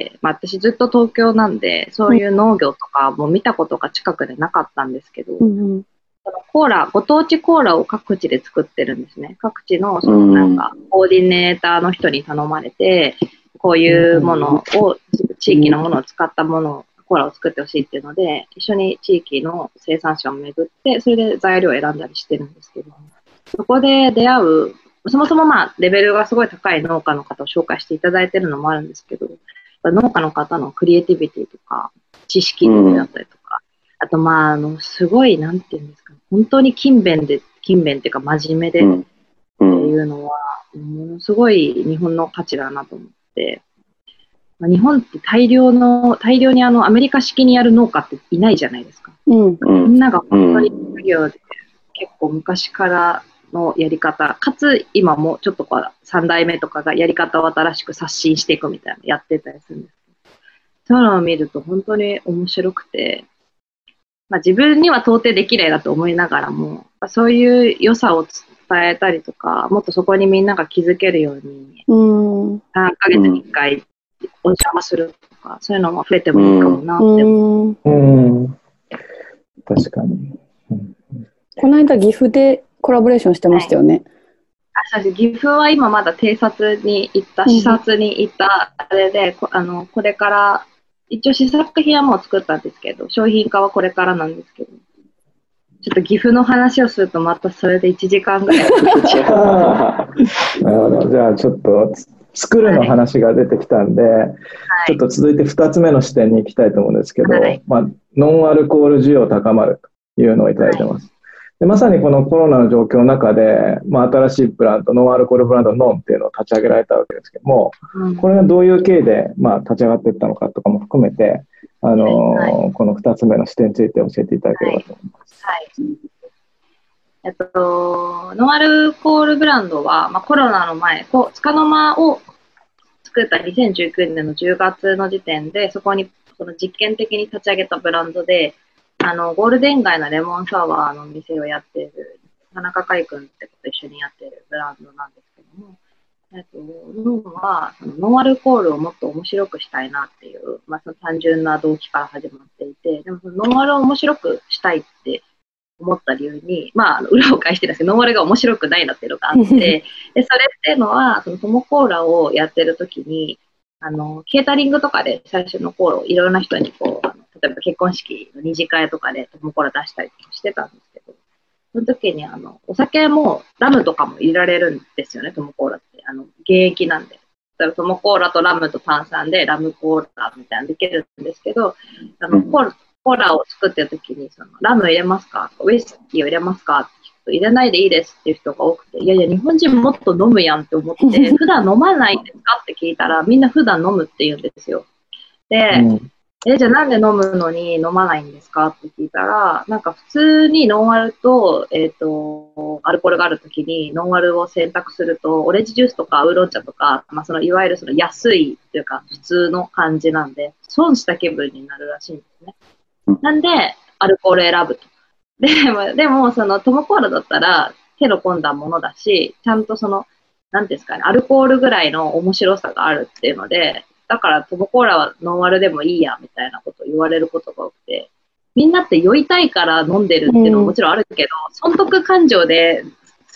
まあ私ずっと東京なんで、そういう農業とかも見たことが近くでなかったんですけど、 うんうんそのコーラ、ご当地コーラを各地で作ってるんですね。各地の、そのなんか、コーディネーターの人に頼まれて、こういうものを、地域のものを使ったものを、コーラを作ってほしいっていうので、一緒に地域の生産者を巡って、それで材料を選んだりしてるんですけど、そこで出会う、そもそもまあ、レベルがすごい高い農家の方を紹介していただいてるのもあるんですけど、農家の方のクリエイティビティとか、知識だったりとか、あとまあ、あの、すごい、なんていうんですか、本当に勤勉で、勤勉っていうか真面目でっていうのは、ものすごい日本の価値だなと思って、まあ、日本って大量の、大量にあの、アメリカ式にやる農家っていないじゃないですか。 うんみんなが本当に作業で、結構昔からのやり方、かつ今もちょっとこう、三代目とかがやり方を新しく刷新していくみたいなやってたりするんですけど、そういうのを見ると本当に面白くて、まあ、自分には到底できないなと思いながらも、そういう良さを伝えたりとか、もっとそこにみんなが気づけるように、 うんさんかげつにいっかいお邪魔するとか、そういうのも増えてもいいかもなって思う。 うんうん。確かに。 この間岐阜でコラボレーションしてましたよね。 あ、そうです。岐阜は今まだ偵察に行った、視察に行ったあれで、こあのこれから、一応試作品はもう作ったんですけど、商品化はこれからなんですけど、ちょっと岐阜の話をするとまたそれでいちじかんぐらいかけちゃう。 なるほど。じゃあちょっと作るの話が出てきたんで、はい、ちょっと続いてふたつめの視点に行きたいと思うんですけど、はい、まあ、ノンアルコール需要高まるというのをいただいてます。はい、でまさにこのコロナの状況の中で、まあ、新しいブランド、ノンアルコールブランドノンっていうのを立ち上げられたわけですけども、うん、これがどういう経緯で、まあ、立ち上がっていったのかとかも含めて、あのーはい、このふたつめの視点について教えていただければと思います。 はいはい、えっと、ノンアルコールブランドは、まあ、コロナの前、こう束の間を作ったにせんじゅうきゅうねんのじゅうがつの時点で、そこにその実験的に立ち上げたブランドで、あのゴールデン街のレモンサワーの店をやっている田中海君って子と一緒にやっているブランドなんですけども、えっと、ノンはそのノンアルコールをもっと面白くしたいなっていう、まあ、その単純な動機から始まっていて、でもそのノンアルを面白くしたいって思った理由に、まあ、裏を返してるんですけど、ノンアルが面白くないなっていうのがあって、でそれっていうのは、そのトモコーラをやってる時に、あのケータリングとかで最初の頃、いろんな人にこう、例えば結婚式の二次会とかでトモコーラ出したりとかしてたんですけど、その時にあのお酒もラムとかも入れられるんですよね、トモコーラって。あの原液なんで。例えばトモコーラとラムと炭酸でラムコーラみたいなのできるんですけど、あのコーラコーラを作ってる時にそのラム入れますかウイスキーを入れますかって聞くと、入れないでいいですっていう人が多くて、いやいや日本人もっと飲むやんって思って普段飲まないんですかって聞いたら、みんな普段飲むって言うんですよ。で、うんえ、じゃあなんで飲むのに飲まないんですかって聞いたら、なんか普通にノンアルと、えっと、アルコールがあるときにノンアルを選択すると、オレンジジュースとかウーロン茶とか、まあそのいわゆるその安いというか普通の感じなんで、損した気分になるらしいんですね。なんで、アルコール選ぶと。でも、でもそのトモコーラだったら手の込んだものだし、ちゃんとその、なんですかね、アルコールぐらいの面白さがあるっていうので、だからトモコーラはノンアルでもいいやみたいなことを言われることが多くて、みんなって酔いたいから飲んでるっていうのももちろんあるけど、うん、損得感情で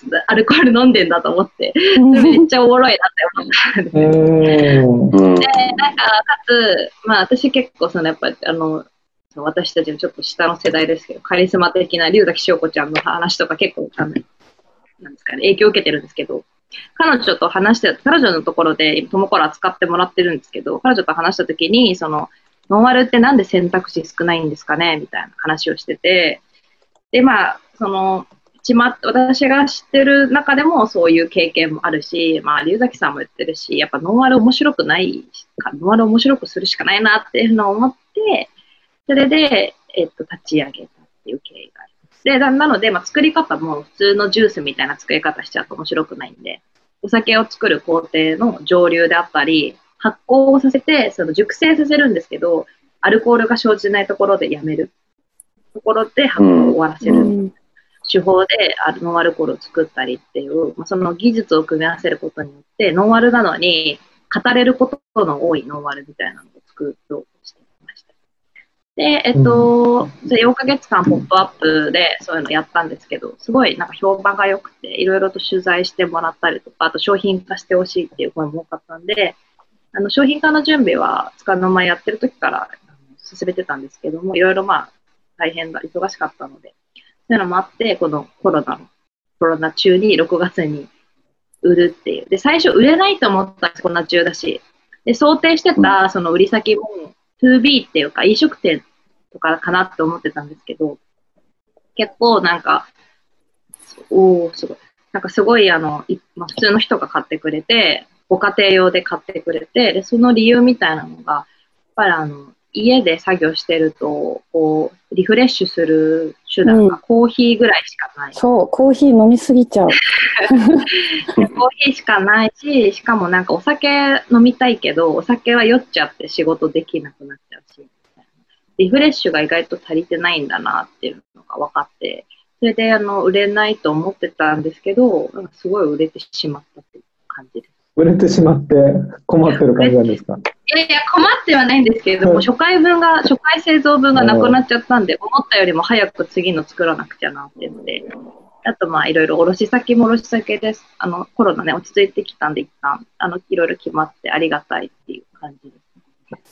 アルコール飲んでんだと思って、めっちゃおもろいなって思ったんです。で、なんか、かつ、まあ私結構そのやっぱりあの、私たちのちょっと下の世代ですけど、カリスマ的な龍崎しお子ちゃんの話とか結構、あのなんですかね、影響を受けてるんですけど、彼女と話して、彼女のところでトモコロ扱ってもらってるんですけど、彼女と話したときに、その、ノンアルってなんで選択肢少ないんですかねみたいな話をしてて、で、まあ、その、ちま、私が知ってる中でもそういう経験もあるし、まあ、龍崎さんも言ってるし、やっぱノンアル面白くない、ノンアル面白くするしかないなっていうのを思って、それで、えっと、立ち上げたっていう経緯があります。で、なので、まあ、作り方も普通のジュースみたいな作り方しちゃうと面白くないんで、お酒を作る工程の蒸留であったり、発酵をさせて、その熟成させるんですけど、アルコールが生じないところでやめる。ところで発酵を終わらせる。うん、手法でノンアルコールを作ったりっていう、まあ、その技術を組み合わせることによって、ノンアルなのに語れることの多いノンアルみたいなのを作ろうとしていました。で、えっと、それよんかげつかんポップアップでそういうのやったんですけど、すごいなんか評判が良くて、いろいろと取材してもらったりとか、あと商品化してほしいっていう声も多かったんで、あの商品化の準備はつかの間やってる時から進めてたんですけども、いろいろまあ大変だ、忙しかったので、そういうのもあって、このコロナの、コロナ中にろくがつに売るっていう。で、最初売れないと思ったんです、コロナ中だし。で、想定してたその売り先も ツービー っていうか飲食店とかかなって思ってたんですけど、結構なんか、おー、すごい。なんかすごいあの、まあ、普通の人が買ってくれて、ご家庭用で買ってくれて、で、その理由みたいなのが、やっぱりあの、家で作業してると、こう、リフレッシュする手段がコーヒーぐらいしかない。うん、 そう、コーヒー飲みすぎちゃう。 コーヒーしかないし、しかもなんかお酒飲みたいけど、お酒は酔っちゃって仕事できなくなっちゃうし、リフレッシュが意外と足りてないんだなっていうのが分かって、それであの、売れないと思ってたんですけど、なんかすごい売れてしまったっていう感じです。 売れてしまって困ってる感じなんですか？ いやいや、困ってはないんですけれども、初回分が、初回製造分がなくなっちゃったんで、思ったよりも早く次の作らなくちゃなっていうので、あとまあいろいろ卸先も卸先です。あの、コロナね、落ち着いてきたんで一旦、あの、いろいろ決まってありがたいっていう感じです。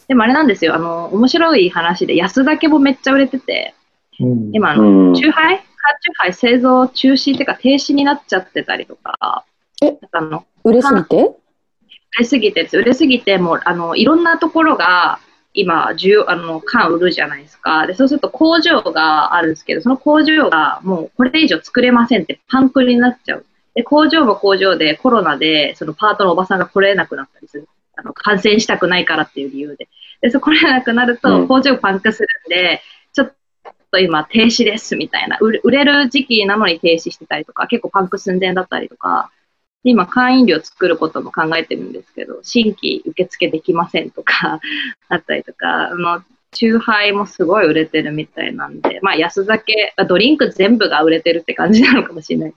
でもあれなんですよ、あの、面白い話で安酒もめっちゃ売れてて、うん、今あの、チューハイ缶チューハイ製造中止っていうか停止になっちゃってたりとか、 え、あの売れすぎて売れすぎて売れすぎて、もう、あの、いろんなところが、今、需要、あの、缶売るじゃないですか。で、そうすると工場があるんですけど、その工場がもうこれ以上作れませんってパンクになっちゃう。で、工場も工場でコロナで、そのパートのおばさんが来れなくなったりする。あの、感染したくないからっていう理由で。で、そこ来れなくなると、工場パンクするんで、ちょっと今停止ですみたいな。売れる時期なのに停止してたりとか、結構パンク寸前だったりとか、今、缶飲料作ることも考えてるんですけど、新規受付できませんとか、あったりとか、あの、チューハイもすごい売れてるみたいなんで、まあ、安酒、ドリンク全部が売れてるって感じなのかもしれないです。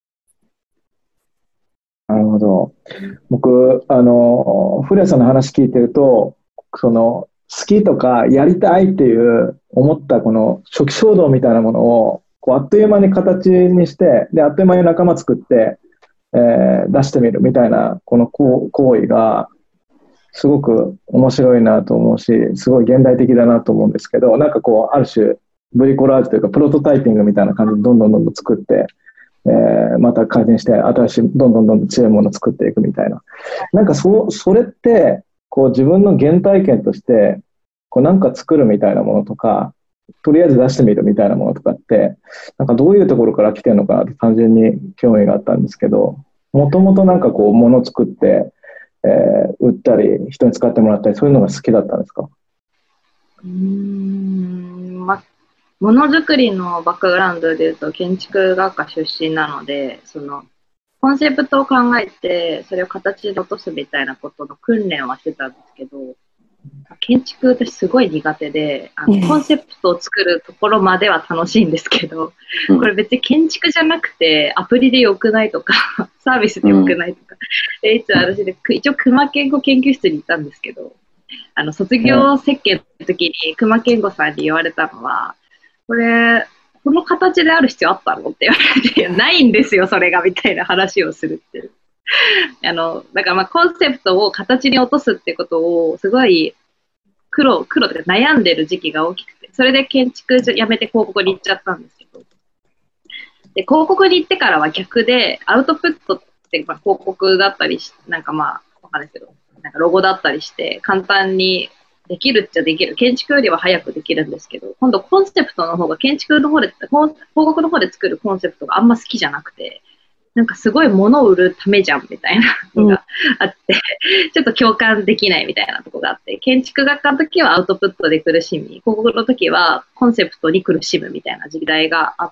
なるほど。僕、あの、古谷さんの話聞いてると、その、好きとかやりたいっていう思ったこの初期衝動みたいなものを、こうあっという間に形にして、で、あっという間に仲間作って、えー、出してみるみたいなこの行為がすごく面白いなと思うし、すごい現代的だなと思うんですけど、なんかこうある種ブリコラージュというかプロトタイピングみたいな感じでどんどんどんどん作って、えー、また改善して新しいどんどんどんどん強いものを作っていくみたいな、なんかそそれってこう自分の原体験としてこうなんか作るみたいなものとか、とりあえず出してみるみたいなものとかって、なんかどういうところから来てるのかなって単純に興味があったんですけど、もともとなんかこう物を作って、えー、売ったり人に使ってもらったり、そういうのが好きだったんですか？ うーん、ま、ものづくりのバックグラウンドでいうと建築学科出身なので、そのコンセプトを考えてそれを形で落とすみたいなことの訓練はしてたんですけど、建築私すごい苦手で、あのコンセプトを作るところまでは楽しいんですけど、これ別に建築じゃなくてアプリで良くないとかサービスで良くないとか、でいつ私で一応熊健吾研究室に行ったんですけど、あの卒業設計の時に熊健吾さんに言われたのは、これこの形である必要あったのって言われて、ないんですよ、それが、みたいな話をするっていう。あの、だからまあコンセプトを形に落とすってことを、すごい苦労、苦労というか悩んでる時期が大きくて、それで建築やめて広告に行っちゃったんですけど、で、広告に行ってからは逆で、アウトプットってまあ広告だったりし、なんかまあ、わかんないですけど、なんかロゴだったりして、簡単にできるっちゃできる。建築よりは早くできるんですけど、今度コンセプトの方が建築の方で、広告の方で作るコンセプトがあんま好きじゃなくて、なんかすごい物を売るためじゃんみたいなのがあって、うん、ちょっと共感できないみたいなとこがあって、建築学科の時はアウトプットで苦しみ、広告の時はコンセプトに苦しむみたいな時代があって、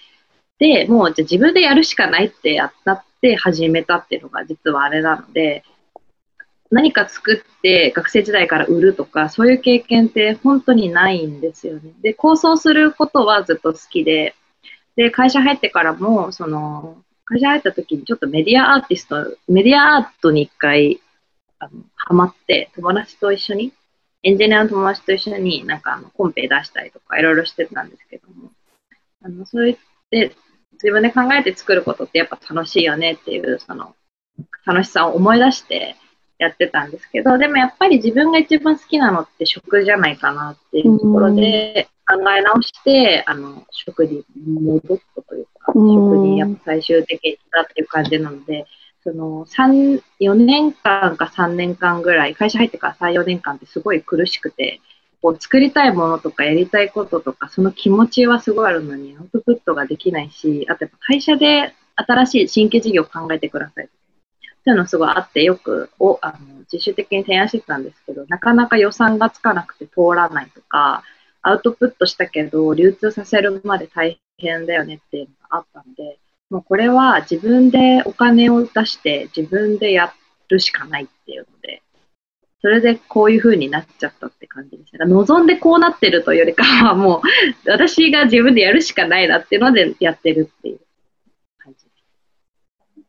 で、もうじゃあ自分でやるしかないってやったって始めたっていうのが実はあれなので、何か作って学生時代から売るとか、そういう経験って本当にないんですよね。で、構想することはずっと好きで、で、会社入ってからも、その、会社入った時にちょっとメディアアーティスト、メディアアートに一回、あの、ハマって、友達と一緒に、エンジニアの友達と一緒になんかあのコンペ出したりとかいろいろしてたんですけども、あの、そうやって自分で考えて作ることってやっぱ楽しいよねっていう、その、楽しさを思い出してやってたんですけど、でもやっぱり自分が一番好きなのって食じゃないかなっていうところで考え直して、あの、食に戻ったというか、食にやっぱ最終的にしたっていう感じなので、その、三、よねんかんかさんねんかんぐらい、会社入ってからさん、よねんかんってすごい苦しくて、こう作りたいものとかやりたいこととか、その気持ちはすごいあるのに、アウトプットができないし、あとやっぱ会社で新しい新規事業を考えてください。そういうのすごいあって、よくをあの自主的に提案してたんですけど、なかなか予算がつかなくて通らないとか、アウトプットしたけど、流通させるまで大変だよねっていうのがあったので、もうこれは自分でお金を出して自分でやるしかないっていうので、それでこういう風になっちゃったって感じですね。望んでこうなってるというよりかは、もう私が自分でやるしかないなっていうのでやってるっていう感じです。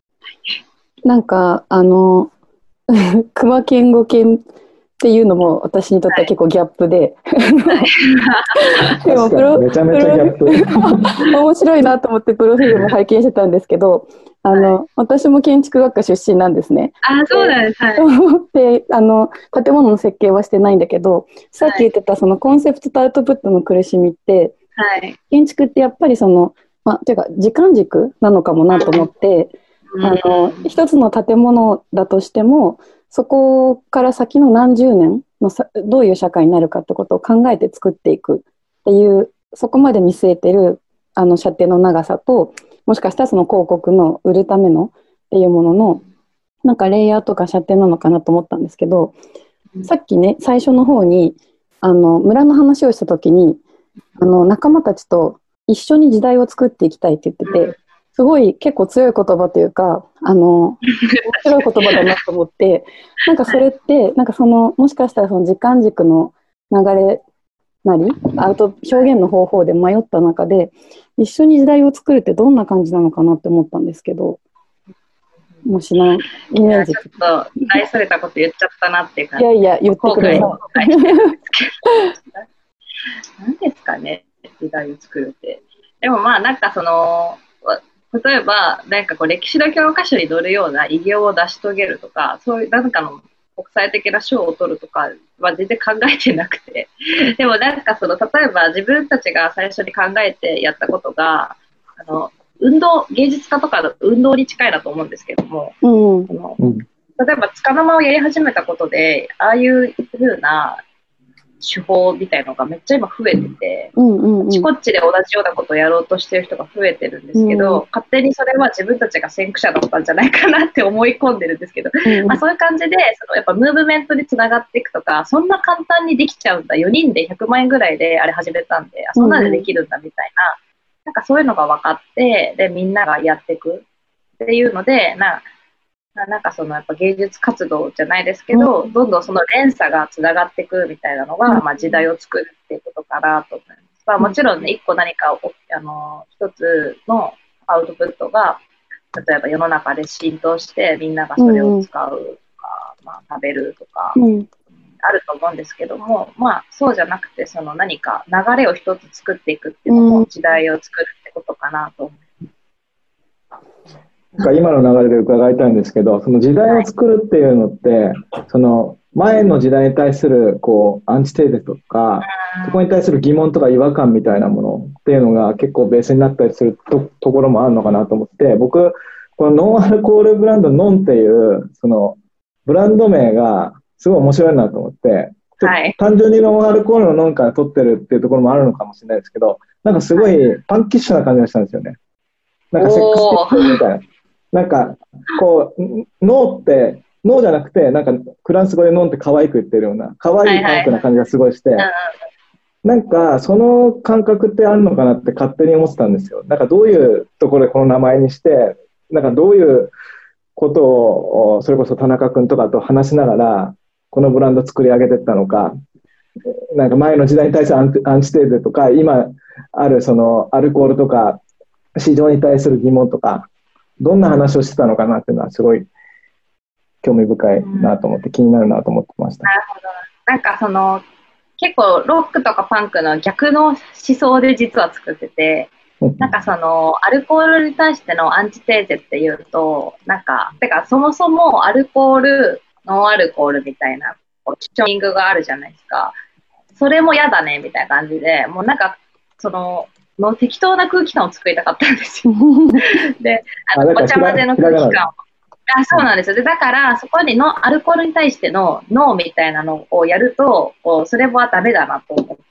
なんか、あの、熊健吾犬っていうのも私にとっては結構ギャップで、 はい、でもプロめちゃめちゃギャップ面白いなと思ってプロフィールも拝見してたんですけど、あの、はい、私も建築学科出身なんですね。 あ、そうなんです。はい。 で、あの、建物の設計はしてないんだけど、さっき言ってたそのコンセプトとアウトプットの苦しみって、はい、建築ってやっぱりその、まあ、ていうか時間軸なのかもなと思って、うん、あの、一つの建物だとしても、そこから先の何十年のさどういう社会になるかってことを考えて作っていくっていう、そこまで見据えてるあの射程の長さと、もしかしたらその広告の売るためのっていうもののなんかレイヤーとか射程なのかなと思ったんですけど、うん、さっきね最初の方にあの村の話をした時にあの仲間たちと一緒に時代を作っていきたいって言ってて、すごい結構強い言葉というか、あの、面白い言葉だなと思って、なんかそれって、なんかその、もしかしたらその時間軸の流れなり、アウト、表現の方法で迷った中で、一緒に時代を作るってどんな感じなのかなって思ったんですけど、もしないイメージ。 ちょっと、愛されたこと言っちゃったなっていう感じ。 いやいや、言ってくれよ。 何ですかね、時代を作るって。でもまあ、なんかその、例えば、なんかこう歴史の教科書に載るような偉業を成し遂げるとか、そういう何かの国際的な賞を取るとかは全然考えてなくて、でもなんかその、例えば自分たちが最初に考えてやったことが、あの、運動、芸術家とかの運動に近いなと思うんですけども、うん、その例えば束の間をやり始めたことで、ああいう風な手法みたいのがめっちゃ今増えてて、うんうんうん、あちこちで同じようなことをやろうとしてる人が増えてるんですけど、うん、勝手にそれは自分たちが先駆者だったんじゃないかなって思い込んでるんですけど、うんまあ、そういう感じでそのやっぱムーブメントにつながっていくとか、そんな簡単にできちゃうんだ、よにんでひゃくまんえんぐらいであれ始めたんで、あそんなでできるんだみたいな、なんかそういうのが分かって、でみんながやっていくっていうので、ななんかそのやっぱ芸術活動じゃないですけど、うん、どんどんその連鎖がつながっていくみたいなのが、うんまあ、時代を作るっていうことかなと思います。まあ、もちろんね、一個何かをあの一つのアウトプットが例えば世の中で浸透してみんながそれを使うとか、うんまあ、食べるとか、うん、 あると思うんですけども、まあそうじゃなくて、その何か流れを一つ作っていくっていうのも時代を作るってことかなと思います。 なんか今の流れで伺いたいんですけど、その時代を作るっていうのって、その前の時代に対するこうアンチテーゼとか、そこに対する疑問とか違和感みたいなものっていうのが結構ベースになったりする と, ところもあるのかなと思って、僕、このノンアルコールブランドノンっていうそのブランド名がすごい面白いなと思って、はい、単純にノンアルコールのノンから取ってるっていうところもあるのかもしれないですけど、なんかすごいパンキッシュな感じがしたんですよね。なんかセックスピックみたいな。なんか、こう、ノーって、ノーじゃなくて、なんか、フランス語でノンって可愛く言ってるような、可愛いパンクな感じがすごいして、はいはい、なんか、その感覚ってあるのかなって勝手に思ってたんですよ。なんか、どういうところでこの名前にして、なんか、どういうことを、それこそ田中君とかと話しながら、このブランド作り上げていったのか、なんか前の時代に対するアンチ、アンチテーゼとか、今あるそのアルコールとか、市場に対する疑問とか、どんな話をしてたのかなっていうのはすごい興味深いなと思って、気になるなと思ってました。 なるほど。なんかその結構ロックとかパンクの逆の思想で実は作ってて、なんかそのアルコールに対してのアンチテーゼっていうと、なんかてかそもそもアルコールノンアルコールみたいなこうショーニングがあるじゃないですか。それも嫌だねみたいな感じで、もうなんかそのの適当な空気感を作りたかったんですよ。で、あのごちゃ混ぜの空気感を。あ、そうなんですよ。で、だからそこにのアルコールに対してのノーみたいなのをやると、こうそれはダメだなと思って、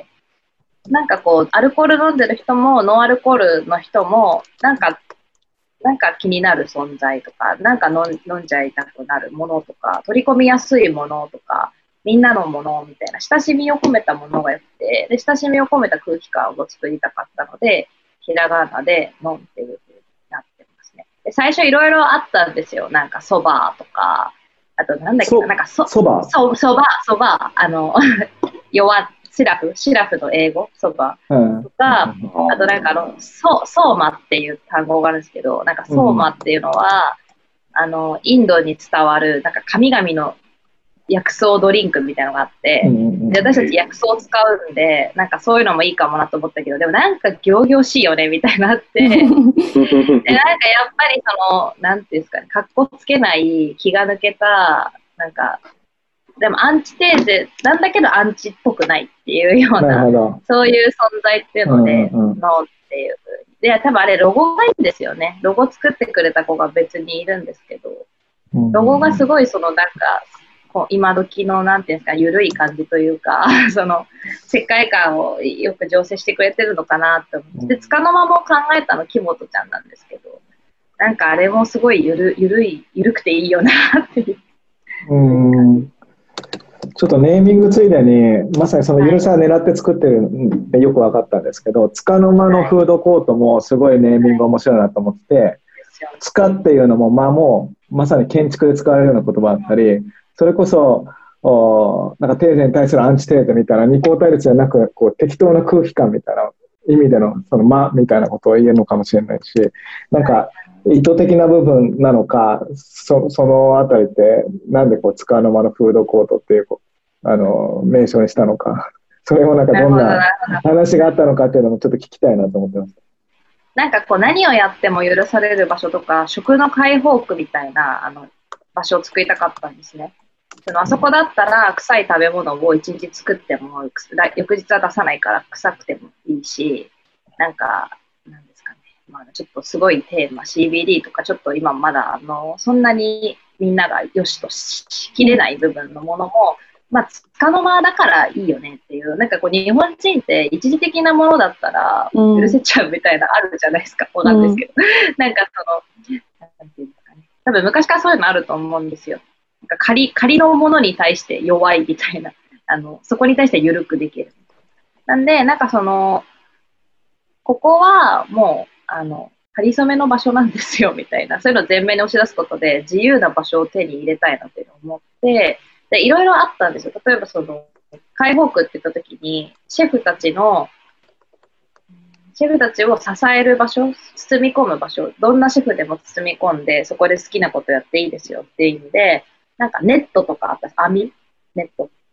なんかこうアルコール飲んでる人もノンアルコールの人もなんかなんか気になる存在とか、なんか飲ん、飲んじゃいたくなるものとか、取り込みやすいものとか。みんなのものみたいな親しみを込めたものがよくて、で親しみを込めた空気感を作りたかったので、ひらがなでノンっていう風になってますね。で最初いろいろあったんですよ。なんかそばとか、あとなんだっけな、なんかそそばそそばそばあの弱シラフシラフの英語そばとか、うん、あとなんかあのそ相馬っていう単語があるんですけど、なんか相馬っていうのは、うん、あのインドに伝わるなんか神々の薬草ドリンクみたいなのがあって、で私たち薬草を使うんで、なんかそういうのもいいかもなと思ったけど、でもなんか仰々しいよねみたいになって、でなんかやっぱりその、なんていうんですかね、かっこつけない気が抜けた、なんか、でもアンチテーゼなんだけどアンチっぽくないっていうような、そういう存在っていうので、うんうん、ノーっていう。で、多分あれロゴがいいんですよね。ロゴ作ってくれた子が別にいるんですけど、ロゴがすごいそのなんか、こう今時のなんていうんですか、緩い感じというかその世界観をよく醸成してくれてるのかなと思って、つかの間も考えたの木本ちゃんなんですけど、なんかあれもすごいゆるゆるいゆるくていいよなっていう。 うんちょっとネーミングついでにまさにそのゆるさを狙って作ってるんでよく分かったんですけど、つかの間のフードコートもすごいネーミング面白いなと思って、つかっていうのもまあもうまさに建築で使われるような言葉だったり、それこそおなんかテーゼに対するアンチテーゼみたいな二項対立じゃなく、こう適当な空気感みたいな意味でのその間みたいなことを言えるのかもしれないし、なんか意図的な部分なのか、そ, そのあたりってなんでこうつかの間のフードコートっていうあの名称にしたのか、それもなんかどんな話があったのかっていうのもちょっと聞きたいなと思ってます。 なんかこう何をやっても許される場所とか、食の解放区みたいなあの場所を作りたかったんですね。そのあそこだったら臭い食べ物を一日作っても翌日は出さないから臭くてもいいし、なんかなんですかね、まあ、ちょっとすごいテーマ シービーディー とかちょっと今まだあのそんなにみんなが良しとしきれない部分のものも、まあ、つかの間だからいいよねっていう、なんかこう日本人って一時的なものだったら許せちゃうみたいなあるじゃないですか、こうなんですけど、うん、なんかそのなんていうんですかね、多分昔からそういうのあると思うんですよ。なんか 仮, 仮のものに対して弱いみたいな、あのそこに対して緩くできる。なんでなんかそのここはもうあの仮初めの場所なんですよみたいな、そういうのを前面に押し出すことで自由な場所を手に入れたいなって思って、でいろいろあったんですよ。例えばその解放区って言った時にシェフたちのシェフたちを支える場所、包み込む場所、どんなシェフでも包み込んでそこで好きなことやっていいですよっていう意味で、なんかネットとかあった、網ネット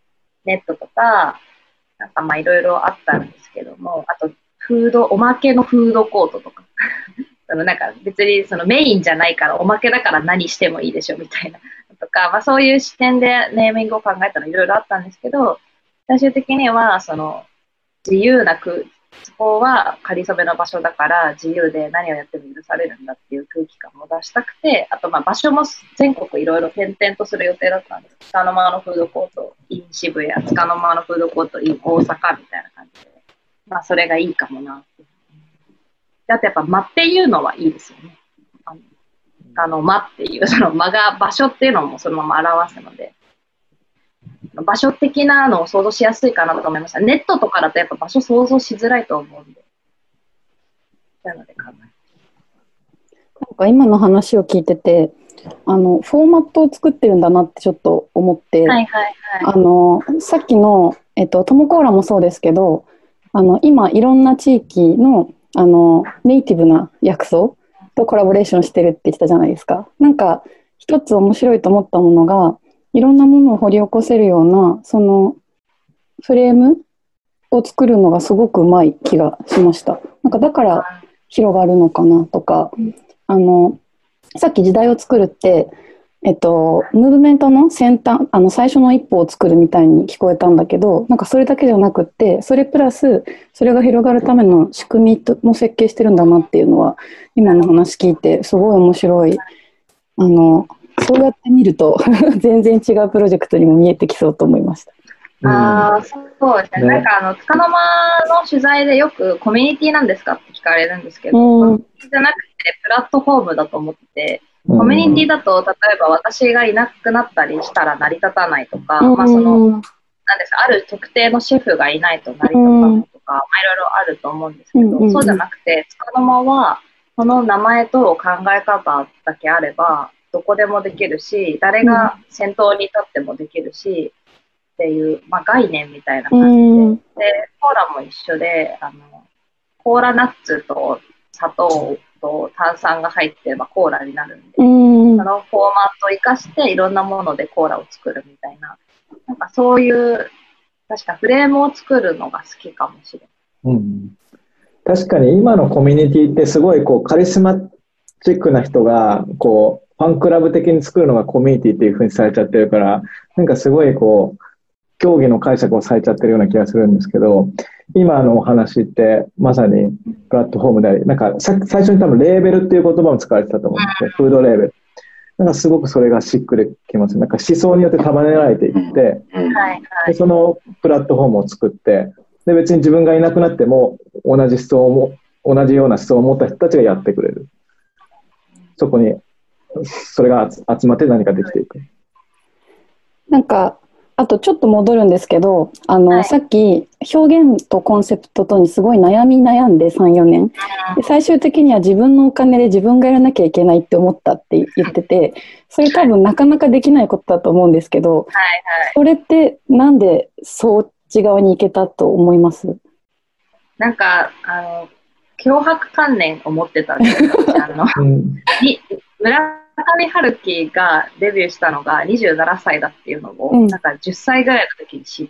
ネットとか、なんかまあいろいろあったんですけども、あと、フード、おまけのフードコートとか、そのなんか別にそのメインじゃないからおまけだから何してもいいでしょみたいなとか、まあそういう視点でネーミングを考えたのいろいろあったんですけど、最終的にはその自由な空、そこは仮初めの場所だから自由で何をやっても許されるんだっていう空気感を出したくて、あとまあ場所も全国いろいろ転々とする予定だったんです。つかの間のフードコート in 渋谷、つかの間のフードコート in 大阪みたいな感じで、まあそれがいいかもなって。あとやっぱ間っていうのはいいですよね。あの、あの間っていう、その間が場所っていうのもそのまま表すので、場所的なのを想像しやすいかなと思いました。ネットとかだとやっぱ場所想像しづらいと思うんで。そういうので考えて。 なんか今の話を聞いてて、あのフォーマットを作ってるんだなってちょっと思って、 はいはいはい。 あのさっきのえっとトモコーラもそうですけど、あの今いろんな地域のあのネイティブな薬草とコラボレーションしてるって言ってたじゃないですか。なんか一つ面白いと思ったものが、いろんなものを掘り起こせるようなそのフレームを作るのがすごくうまい気がしました。なんかだから広がるのかなとか、あのさっき時代を作るって、えっと、ムーブメントの先端、あの最初の一歩を作るみたいに聞こえたんだけど、なんかそれだけじゃなくって、それプラスそれが広がるための仕組みも設計してるんだなっていうのは、今の話聞いてすごい面白い。あのそうやって見ると全然違うプロジェクトにも見えてきそうと思いました。 ああ、そうですね。 ねなんかあの、つかの間の取材でよくコミュニティなんですかって聞かれるんですけど、 うんコミュニティじゃなくてプラットフォームだと思ってて、コミュニティだと、例えば私がいなくなったりしたら成り立たないとか、まあその、なんですか、ある特定のシェフがいないと成り立たないとか、まあいろいろあると思うんですけど、 うんうんうんそうじゃなくて、つかの間は、その名前と考え方だけあれば、どこでもできるし、誰が先頭に立ってもできるし、っていう、まあ、概念みたいな感じで、 うんで、コーラも一緒で、あの、コーラナッツと砂糖と炭酸が入ってればコーラになるんで、 うんそのフォーマットを生かしていろんなものでコーラを作るみたいな、なんかそういう、確かフレームを作るのが好きかもしれない。 うん、確かに今のコミュニティってすごいこうカリスマチックな人がこうファンクラブ的に作るのがコミュニティっていう風にされちゃってるから、なんかすごいこう競技の解釈をされちゃってるような気がするんですけど、今のお話ってまさにプラットフォームであり、なんかさ最初に多分レーベルっていう言葉も使われてたと思うんですけど、フードレーベル。なんかすごくそれがしっくりきます。なんか思想によって束ねられていって、 はいはいでそのプラットフォームを作って、で別に自分がいなくなっても同じ思想をも同じような思想を持った人たちがやってくれる。そこにそれが集まって何かできていく。 なんかあとちょっと戻るんですけど、あの、 はい、 さっき表現とコンセプトとにすごい悩み悩んでさん、よねんで、最終的には自分のお金で自分がやらなきゃいけないって思ったって言ってて、それ多分なかなかできないことだと思うんですけど、 はいはい、 それってなんでそっち側に行けたと思います？ なんかあの強迫観念を持ってたんですよ。あのに村上春樹がデビューしたのがにじゅうななさいだっていうのを、うん、なんかじゅっさいぐらいの時に知って、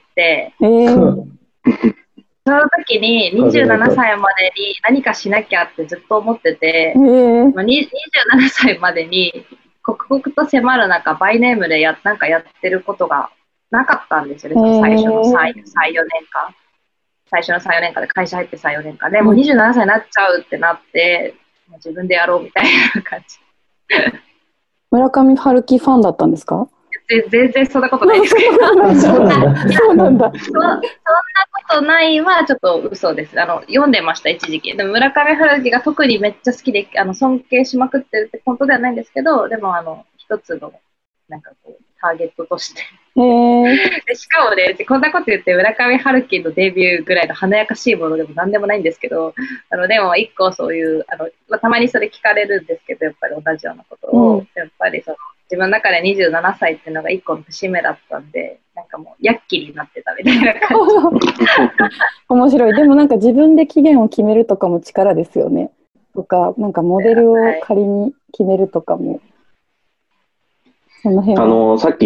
えー、その時ににじゅうななさいまでに何かしなきゃってずっと思ってて、えー、にじゅうななさいまでに刻々と迫る中バイネームでやなんかやってることがなかったんですよね、えー、最初のさん、よねんかん。最初のさん、よねんかんで会社入ってさん、よねんかんで、もうにじゅうななさいになっちゃうってなって、もう自分でやろうみたいな感じ。 村上春樹ファンだったんですか？ 全然そんなことないですけど。 そうなんだ。 そんなことないはちょっと嘘です。あの読んでました、一時期。でも村上春樹が特にめっちゃ好きで、あの尊敬しまくってるって本当ではないんですけど、でもあの一つのなんかこうターゲットとして。 へでしかもね、こんなこと言って村上春樹のデビューぐらいの華やかしいものでも何でもないんですけど、あのでも一個そういうあの、まあ、たまにそれ聞かれるんですけど、やっぱり同じようなことを、うん、やっぱりその自分の中でにじゅうななさいっていうのが一個の節目だったんで、なんかもうヤッキーになってたみたいな感じ。 面白い。でもなんか自分で期限を決めるとかも力ですよね。とか、なんかモデルを仮に決めるとかも。その辺はあのさっき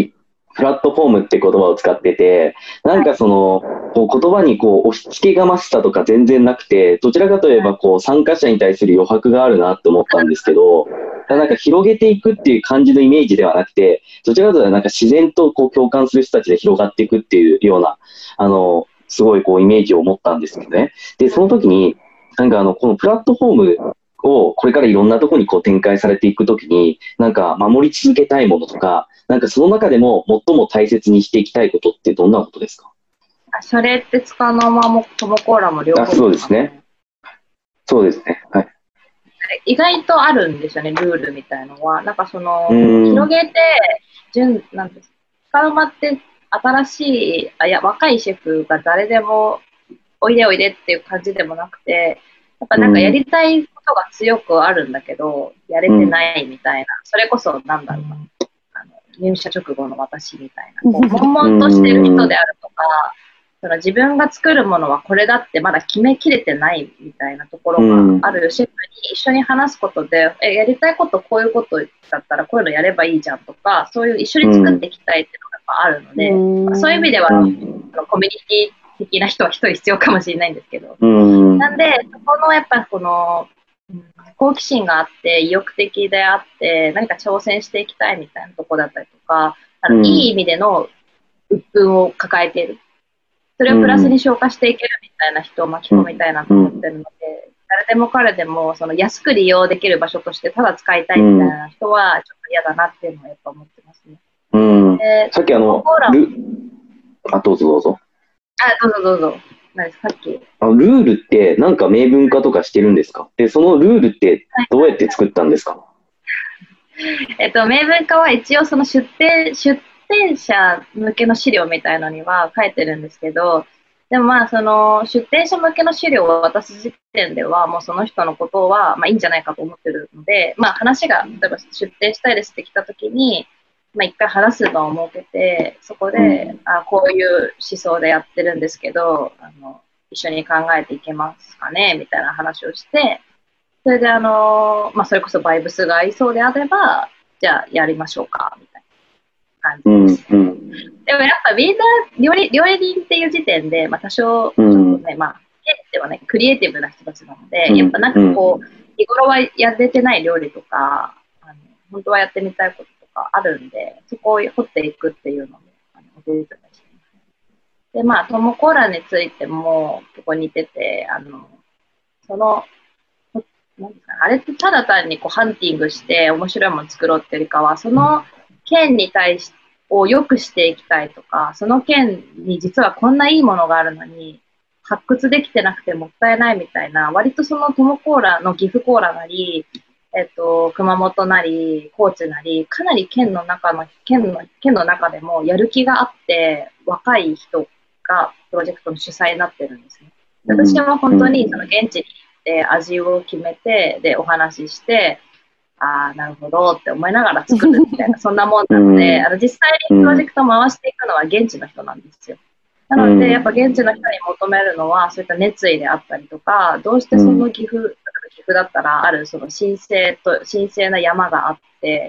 プラットフォームって言葉を使ってて、なんかその、こう言葉にこう押し付けがましさとか全然なくて、どちらかといえばこう参加者に対する余白があるなって思ったんですけど、なんか広げていくっていう感じのイメージではなくて、どちらかというとなんか自然とこう共感する人たちで広がっていくっていうような、あの、すごいこうイメージを持ったんですけどね。で、その時に、なんかあの、このプラットフォームをこれからいろんなところにこう展開されていくときに、なんか守り続けたいものとか、なんかその中でも最も大切にしていきたいことってどんなことですか？ それってつかの間もトモコーラも両方、 あ、そうですね。そうですね。はい。 意外とあるんですよね、ルールみたいのは。なんかその、 うん広げて、順、なんですつかの間って新しい、あ、いや、若いシェフが誰でもおいでおいでっていう感じでもなくて、やっぱなんかやりたいことが強くあるんだけど、やれてないみたいな、それこそなんだろうな、あの入社直後の私みたいな、こう悶々としてる人であるとか、その自分が作るものはこれだってまだ決めきれてないみたいなところがあるシェフに一緒に話すことで、え、やりたいことこういうことだったらこういうのやればいいじゃんとか、そういう一緒に作っていきたいっていうのがやっぱあるので、まあ、そういう意味では、コミュニティ的な人は一人必要かもしれないんですけど、なんで、そこのやっぱこの、好奇心があって意欲的であって何か挑戦していきたいみたいなところだったりとか、あの、うん、いい意味での鬱憤を抱えている、それをプラスに消化していけるみたいな人を巻き込みたいなと思ってるので、誰でも彼でもその安く利用できる場所としてただ使いたいみたいな人はちょっと嫌だなっていうのはやっぱ思ってますね。 うん、さっきあのルあどうぞどうぞあどうぞどうぞ何ですかさっきあルールってなんか明文化とかしてるんですか？でそのルールってどうやって作ったんですか？ えっと明文化は一応その出店出店者向けの資料みたいのには書いてるんですけど、でもまあその出店者向けの資料を渡す時点ではもうその人のことはまあいいんじゃないかと思ってるので、まあ話が例えば出店したいですって来た時に、まあ一回話す場を設けて、そこで、あこういう思想でやってるんですけど、あの一緒に考えていけますかねみたいな話をして、それであのまあそれこそバイブスが合いそうであれば、じゃあやりましょうかみたいな。感じです、うんうん、でもやっぱみんな料理料理人っていう時点で、まあ、多少ちょっとね、うん、まあではねクリエイティブな人たちなので、うん、やっぱなんかこう日頃はやれてない料理とかあの本当はやってみたいこととかあるんで、そこを掘っていくっていうのもあのお手伝いしてます。でまあトモコーラについても結構似てて、あのそのなんですかね、あれってただ単にこうハンティングして面白いもの作ろうっていうよりかは、その県に対してを良くしていきたいとか、その県に実はこんないいものがあるのに発掘できてなくてもったいないみたいな、割とそのトモコーラの岐阜コーラなり、えっと、熊本なり高知なり、かなり県の中の県の県の中でもやる気があって若い人がプロジェクトの主催になってるんですね。私は本当にその現地に行って味を決めて、でお話しして、ああ、なるほどって思いながら作るみたいな、そんなもんなので、あの実際にプロジェクトを回していくのは現地の人なんですよ。なので、やっぱ現地の人に求めるのは、そういった熱意であったりとか、どうしてその岐阜、岐阜だったらあるその神聖と、神聖な山があって、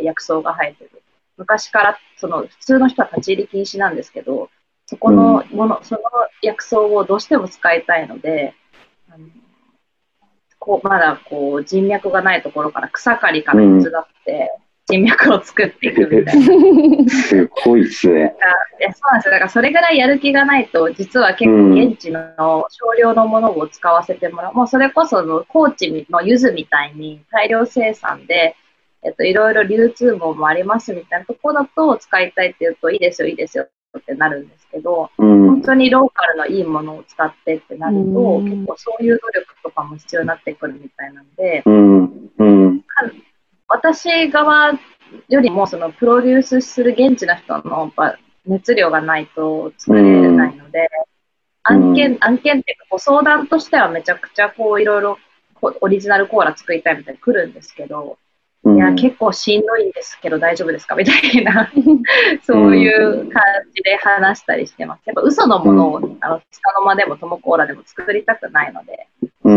薬草が生えてる。昔からその普通の人は立ち入り禁止なんですけど、そこのもの、その薬草をどうしても使いたいので、あのこうまだこう人脈がないところから草刈りから手伝って人脈を作っていくみたいな、 うん、すごいですね。 いやそうなんですよ。だからそれぐらいやる気がないと実は結構現地の少量のものを使わせてもらう、うん、もうそれこその高知の柚子みたいに大量生産で、えっと、いろいろ流通網もありますみたいなところだと使いたいって言うといいですよいいですよってなるんですけど、うん、本当にローカルのいいものを使ってってなると、うん、結構そういう努力とかも必要になってくるみたいなので、うんうん、私側よりもそのプロデュースする現地の人の熱量がないと作れないので、うん、案件案件っていうかご相談としてはめちゃくちゃこういろいろオリジナルコーラ作りたいみたいに来るんですけど、いや結構しんどいんですけど大丈夫ですかみたいなそういう感じで話したりしてます。やっぱ嘘のものを、うん、あのつかの間でもトモコーラでも作りたくないので、うん、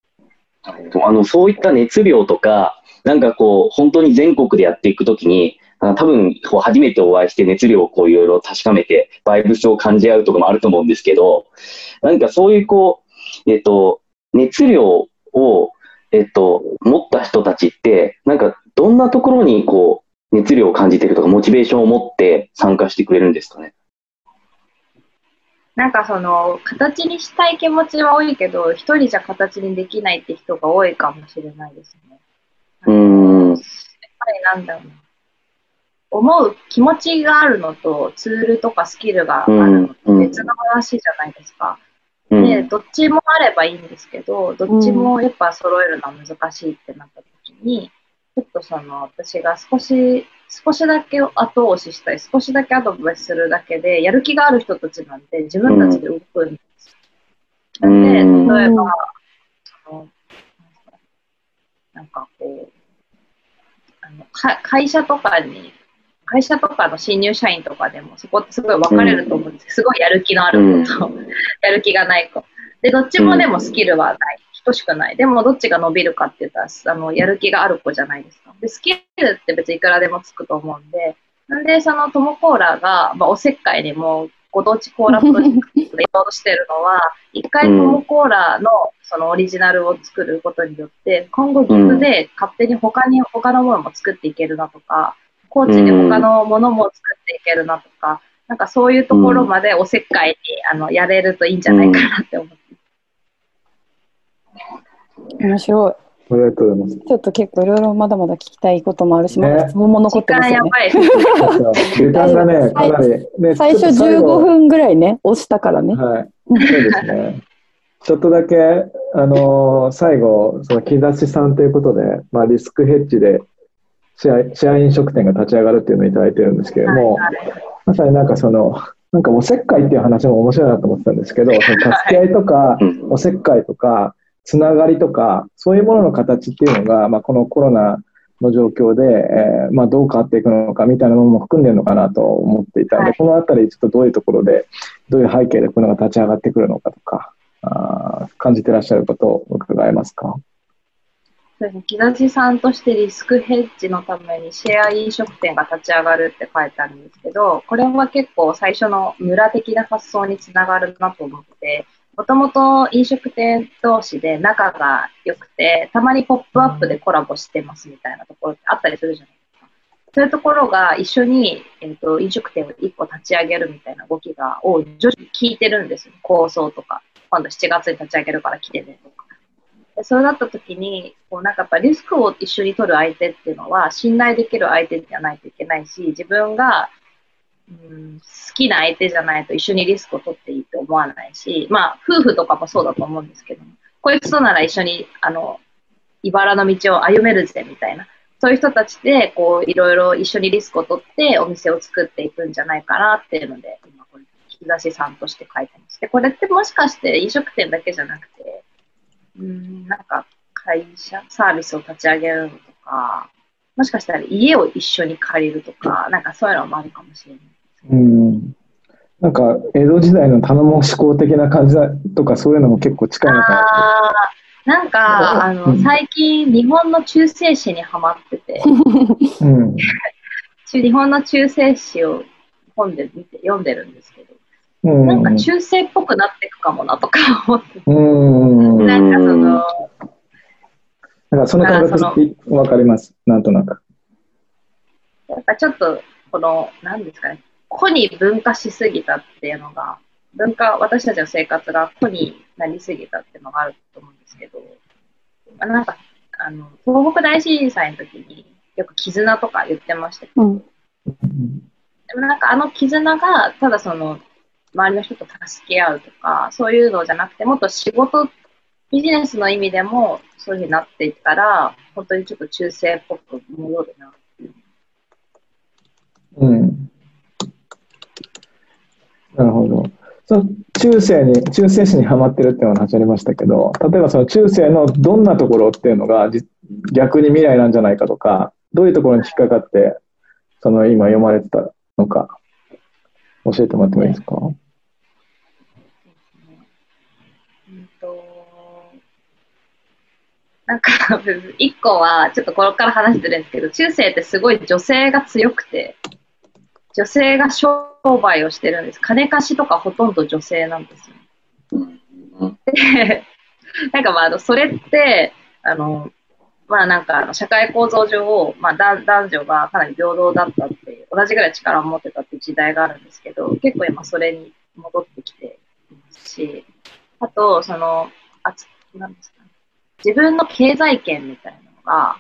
あのそういった熱量とかなんかこう本当に全国でやっていくときに多分こう初めてお会いして熱量をこういろいろ確かめてバイブスを感じ合うところもあると思うんですけど、何かそういうこう、えっと、熱量を、えっと、持った人たちってなんかどんなところにこう熱量を感じているとかモチベーションを持って参加してくれるんですかね。 なんかその形にしたい気持ちは多いけど、一人じゃ形にできないって人が多いかもしれないですね。 うーん。 やっぱりなんだろうな。思う気持ちがあるのとツールとかスキルがあるのと別の話じゃないですか。 うん、 で、どっちもあればいいんですけど、どっちもやっぱ揃えるのは難しいってなった時に、ちょっとその私が少し、少しだけ後押ししたい、少しだけアドバイスするだけで、やる気がある人たちなんで自分たちで動くんです。 うん、 なんで、例えば、その、なんかこう、あのか会社とかに、会社とかの新入社員とかでも、そこってすごい分かれると思うんです。すごいやる気のある子と、やる気がない子。で、どっちもでもスキルはない。等しくない。でも、どっちが伸びるかって言ったら、あの、やる気がある子じゃないですか。で、スキルって別にいくらでもつくと思うんで、なんで、そのトモコーラが、まあ、おせっかいにも、ご当地コーラプロジェクトでやろうとしてるのは、一回トモコーラのそのオリジナルを作ることによって、今後岐阜で勝手に他に他のものも作っていけるなとか、高知で他のものも作っていけるなとか、なんかそういうところまでおせっかいにあのやれるといいんじゃないかなって思って。 面白い。 ありがとうございます。 ちょっと結構いろいろまだまだ聞きたいこともあるし、まだ質問も残ってますよね。 時間がね、かなり、ね、 最初じゅうごふんぐらいね、押したからね。 はい。そうですね。ちょっとだけ、あのー、最後、その木立さんということで、まあ、リスクヘッジでシェア、シェア飲食店が立ち上がるっていうのをいただいてるんですけれども、はいはい、まさになんかその、なんかおせっかいっていう話も面白いなと思ってたんですけど、その助け合いとか、おせっかいとか、つながりとか、そういうものの形っていうのが、まあ、このコロナの状況で、えーまあ、どう変わっていくのかみたいなものも含んでるのかなと思っていたので、はい、このあたりちょっとどういうところで、どういう背景でこういうのが立ち上がってくるのかとか、あ感じてらっしゃることを伺えますか。 そうですね、木立さんとしてリスクヘッジのためにシェア飲食店が立ち上がるって書いてあるんですけど、これは結構最初の村的な発想につながるなと思って、もともと飲食店同士で仲が良くて、たまにポップアップでコラボしてますみたいなところってあったりするじゃないですか。そういうところが一緒に、えーと、飲食店を一個立ち上げるみたいな動きがを徐々に聞いてるんですよ。構想とか。今度しちがつに立ち上げるから来てねとか。でそうなった時に、こうなんかやっぱリスクを一緒に取る相手っていうのは信頼できる相手じゃないといけないし、自分がうん、好きな相手じゃないと一緒にリスクを取っていいと思わないし、まあ、夫婦とかもそうだと思うんですけども、こいつとなら一緒に、あの、茨の道を歩めるぜ、みたいな。そういう人たちで、こう、いろいろ一緒にリスクを取ってお店を作っていくんじゃないかなっていうので、今、これ、日差しさんとして書いてまして、これってもしかして飲食店だけじゃなくて、うん、なんか、会社、サービスを立ち上げるのとか、もしかしたら家を一緒に借りるとか、なんかそういうのもあるかもしれない。 うん、なんか江戸時代の頼もし公的な感じだとかそういうのも結構近いのかな。 あなんかあの、うん、最近日本の中世史にハマってて、うん、日本の中世史を本で見て読んでるんですけど、うん、なんか中世っぽくなっていくかもなとか思って、うん、なんかそのなんかその感覚わかります、なんとなく。 やっぱちょっとこのなんですかね。個に分化しすぎたっていうのが、文化、私たちの生活が個になりすぎたっていうのがあると思うんですけど、なんか、あの、東北大震災の時によく絆とか言ってましたけど、うん、でもなんかあの絆が、ただその、周りの人と助け合うとか、そういうのじゃなくて、もっと仕事、ビジネスの意味でもそういうふうになっていったら、本当にちょっと中世っぽく戻るなっていう。 うん。なるほど。その中世に、中世史にハマってるっていうのが始まりましたけど、例えばその中世のどんなところっていうのが逆に未来なんじゃないかとか、どういうところに引っかかって、その今読まれてたのか、教えてもらってもいいですか？ うんと、 なんか、一個は、ちょっとこれから話してるんですけど、中世ってすごい女性が強くて、女性が商売をしてるんです。金貸しとかほとんど女性なんですよ。で、なんかまあ、あのそれって、あの、まあなんかあの社会構造上、まあ、だ男女がかなり平等だったっていう、同じぐらい力を持ってたっていう時代があるんですけど、結構今それに戻ってきていますし、あと、その、あつなんですかね、自分の経済圏みたいなのが、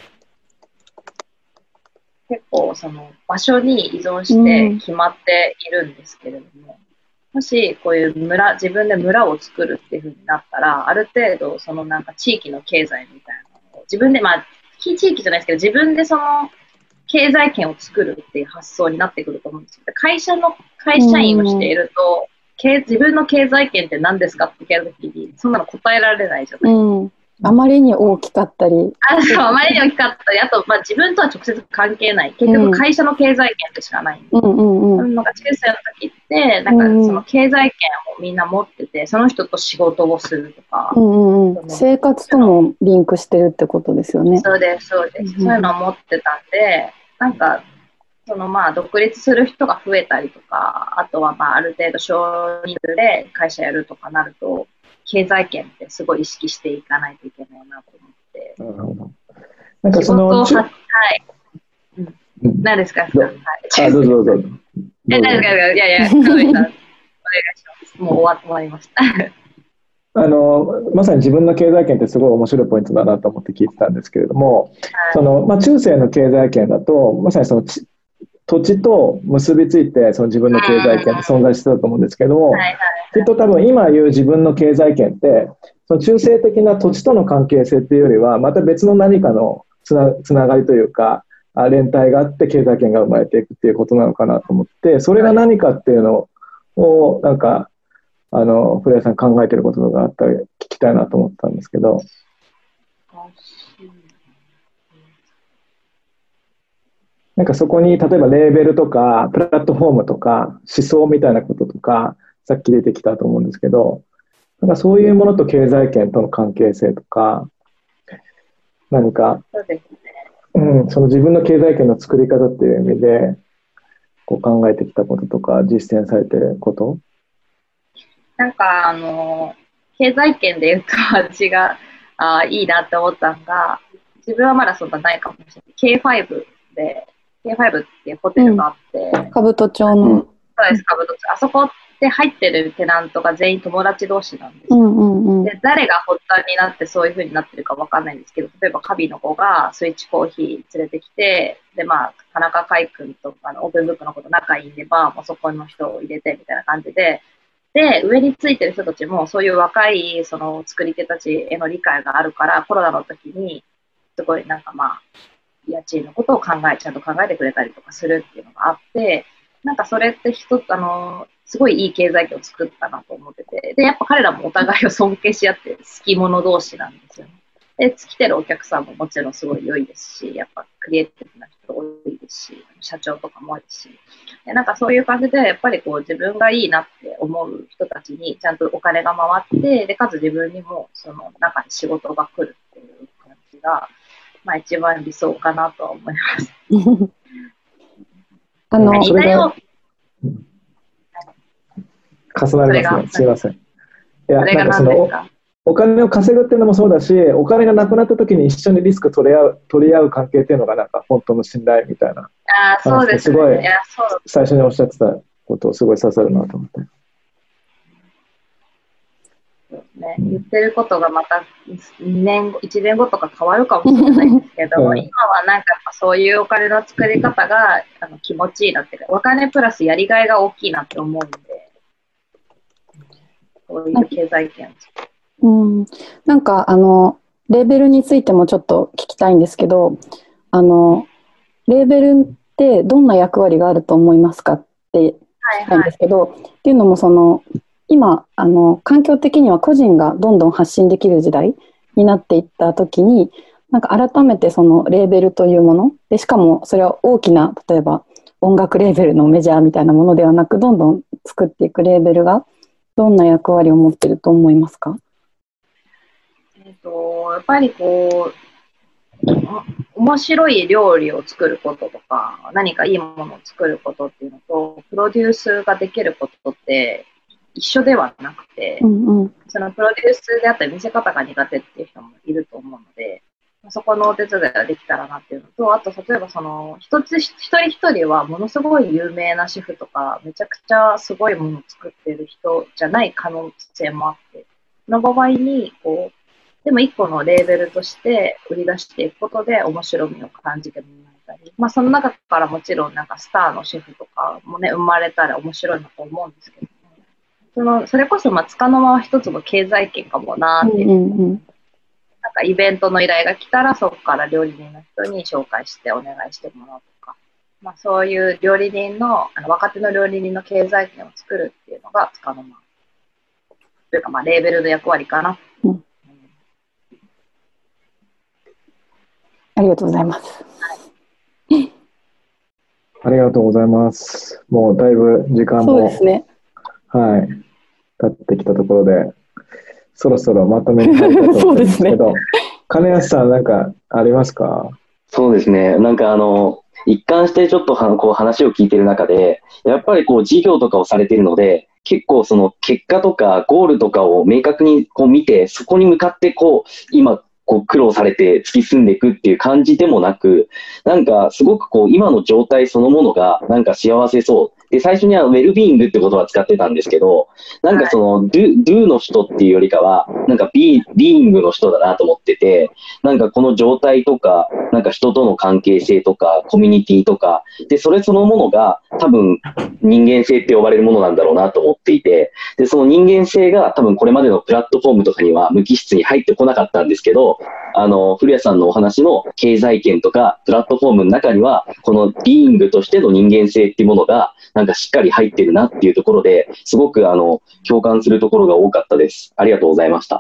結構その場所に依存して決まっているんですけれども、うん、もしこういう村、自分で村を作るっていう風になったら、ある程度そのなんか地域の経済みたいなのを自分で、まあ、非地域じゃないですけど、自分でその経済圏を作るっていう発想になってくると思うんですよ。会社の、会社員をしていると、うん、自分の経済圏って何ですかって聞かれたときに、そんなの答えられないじゃないですか。うんあまりに大きかったり。 あ、そう、あまりに大きかったり、あと、まあ、自分とは直接関係ない。結局、会社の経済圏でしかないんで。うんうんうん。なんか、中世の時って、なんか、その経済圏をみんな持ってて、その人と仕事をするとか。 うんうんうん、生活ともリンクしてるってことですよね。 そうです、そうです。そういうのを持ってたんで、なんか、そのまあ、独立する人が増えたりとか、あとはまあ、ある程度少人数で会社やるとかなると、経済圏ってすごい意識していかないといけないなと思って。なるほど。なんかその仕事をは、はい。うん。何ですか、はい、 あ、どうぞどうぞ。 え、何ですか、いやいや、黒井さん、お願いします。もう終わ終わりました。 あのまさに自分の経済圏ってすごい面白いポイントだなと思って聞いてたんですけれども、はい、そのまあ、中世の経済圏だとまさにそのち土地と結びついてその自分の経済圏って存在してたと思うんですけども、きっと多分今言う自分の経済圏ってその中性的な土地との関係性っていうよりはまた別の何かのつな、つながりというか連帯があって経済圏が生まれていくっていうことなのかなと思って、それが何かっていうのをなんかあの古谷さん考えてることがあったら聞きたいなと思ったんですけど。なんかそこに例えばレーベルとかプラットフォームとか思想みたいなこととかさっき出てきたと思うんですけど、なんかそういうものと経済圏との関係性とか何か、そうですね、うん、その自分の経済圏の作り方っていう意味でこう考えてきたこととか実践されてること。 なんかあの経済圏で言うと私があいいなって思ったのが、自分はまだそんなないかもしれない ケーファイブ でケーファイブ っていうホテルがあって、 うん、兜町の、 そうです、兜町。あそこって入ってるテナントが全員友達同士なんですよ、うんうんうん、で誰が発端になってそういう風になってるかわかんないんですけど、例えばカビの子がスイッチコーヒー連れてきて、でまあ田中海君とかのオープンブックのこと仲いいんで、バーもそこの人を入れてみたいな感じで、で上についてる人たちもそういう若いその作り手たちへの理解があるから、コロナの時にすごいなんかまあ家賃のことを考え、ちゃんと考えてくれたりとかするっていうのがあって、なんかそれって一つ、あの、すごいいい経済圏を作ったなと思ってて、で、やっぱ彼らもお互いを尊敬し合って好き者同士なんですよね。で、来てるお客さんももちろんすごい良いですし、やっぱクリエイティブな人多いですし、社長とかも多いし、でなんかそういう感じで、やっぱりこう自分がいいなって思う人たちにちゃんとお金が回って、で、かつ自分にもその中に仕事が来るっていう感じが、まあ一番理想かなとは思います。 あの、 それが重なりますね。すいません。いや、なんかそのお金を稼ぐっていうのもそうだし、お金がなくなった時に一緒にリスク取り合う取り合う関係っていうのがなんか本当の信頼みたいな。 あ、そうですね。 すごい最初におっしゃってたことをすごい刺さるなと思って。 ね、言ってることがまたにねんご、いちねんごとか変わるかもしれないんですけど、うん、今はなんかそういうお金の作り方があの気持ちいいなって、お金プラスやりがいが大きいなって思うんで、そういう経済圏。 うん、なんかあのレーベルについてもちょっと聞きたいんですけど、あのレーベルってどんな役割があると思いますかって聞きたいんですけど、はいはい、っていうのもその今あの環境的には個人がどんどん発信できる時代になっていった時に、なんか改めてそのレーベルというもので、しかもそれは大きな例えば音楽レーベルのメジャーみたいなものではなく、どんどん作っていくレーベルがどんな役割を持っていると思いますか？ えっと、 やっぱりこう、面白い料理を作ることとか、何かいいものを作ることっていうのと、プロデュースができることって一緒ではなくて、 うんうん、そのプロデュースであったり見せ方が苦手っていう人もいると思うので、そこのお手伝いができたらなっていうのと、あと例えばその一つ一人一人はものすごい有名なシェフとかめちゃくちゃすごいものを作ってる人じゃない可能性もあって、その場合にこうでも一個のレーベルとして売り出していくことで面白みを感じてもらえたり、まあその中からもちろんなんかスターのシェフとかもね生まれたら面白いなと思うんですけど、そのそれこそまあ束の間は一つの経済圏かもなーっていう。うんうんうん、なんかイベントの依頼が来たらそこから料理人の人に紹介してお願いしてもらうとか、まあ、そういう料理人の、あの若手の料理人の経済圏を作るっていうのがつかの間というかまあレーベルの役割かな、うんうん、 ありがとうございます、 はい、ありがとうございます。もうだいぶ時間もそうですね、 はい、経ってきたところでそろそろまとめに入りたいと思うんですけど、ね、金安さんなんかありますか？ そうですね。なんかあの、一貫してちょっとはこう話を聞いている中で、やっぱりこう事業とかをされているので、結構その結果とかゴールとかを明確にこう見て、そこに向かってこう、今、こう苦労されて突き進んでいくっていう感じでもなく、なんかすごくこう今の状態そのものがなんか幸せそう。で、最初にはウェルビーイングって言葉を使ってたんですけど、なんかその do, do の人っていうよりかは、なんか be, being の人だなと思ってて、なんかこの状態とか、なんか人との関係性とか、コミュニティとか、で、それそのものが多分人間性って呼ばれるものなんだろうなと思っていて、で、その人間性が多分これまでのプラットフォームとかには無機質に入ってこなかったんですけど、あの、古谷さんのお話の経済圏とかプラットフォームの中には、このビーイングとしての人間性っていうものが、なんかしっかり入ってるなっていうところで、すごくあの、共感するところが多かったです。ありがとうございました。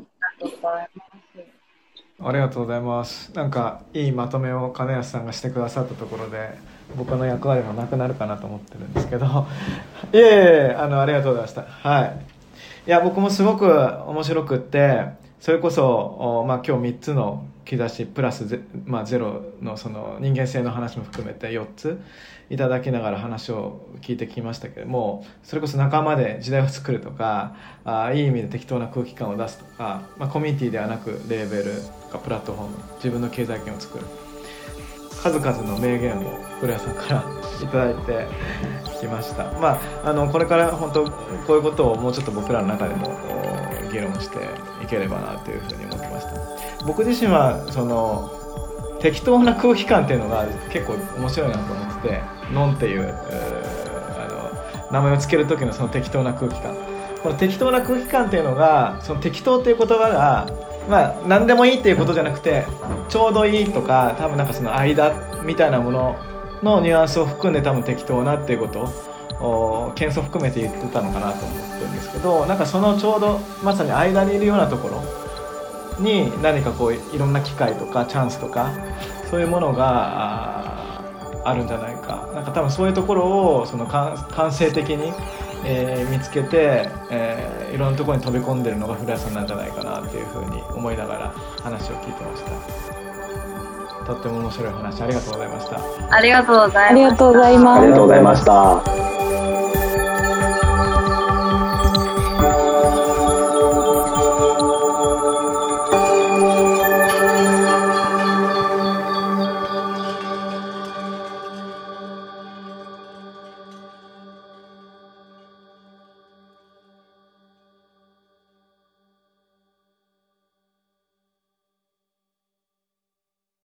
ありがとうございます。なんかいいまとめを金安さんがしてくださったところで、僕の役割もなくなるかなと思ってるんですけど、いえいえ、あのありがとうございました。はい。いや僕もすごく面白くって、それこそまあ今日みっつの兆しプラスゼ、まあ、ゼロのその人間性の話も含めてよっついただきながら話を聞いてきましたけれども、それこそ仲間で時代を作るとか、あいい意味で適当な空気感を出すとか、まあ、コミュニティではなくレーベルとかプラットフォーム、自分の経済圏を作る、数々の名言を古谷さんからいただいてきました。まあ、あのこれから本当こういうことをもうちょっと僕らの中でも議論していければなというふうに思ってました。僕自身はその適当な空気感っていうのが結構面白いなと思ってて、ノンっていう、あの名前をつける時のその適当な空気感、この適当な空気感っていうのが、その適当っていう言葉がまあ何でもいいっていうことじゃなくて、ちょうどいいとか、多分なんかその間みたいなもののニュアンスを含んで多分適当なっていうことを謙遜含めて言ってたのかなと思ってるんですけど、なんかそのちょうどまさに間にいるようなところに何かこういろんな機会とかチャンスとかそういうものが あ, あるんじゃないか。なんか多分そういうところをその感性的に、えー、見つけて、えー、いろんなところに飛び込んでるのが古谷さんなんじゃないかなっていうふうに思いながら話を聞いてました。とっても面白い話ありがとうございました。 ありがとうございました。 ありがとうございます。 ありがとうございました。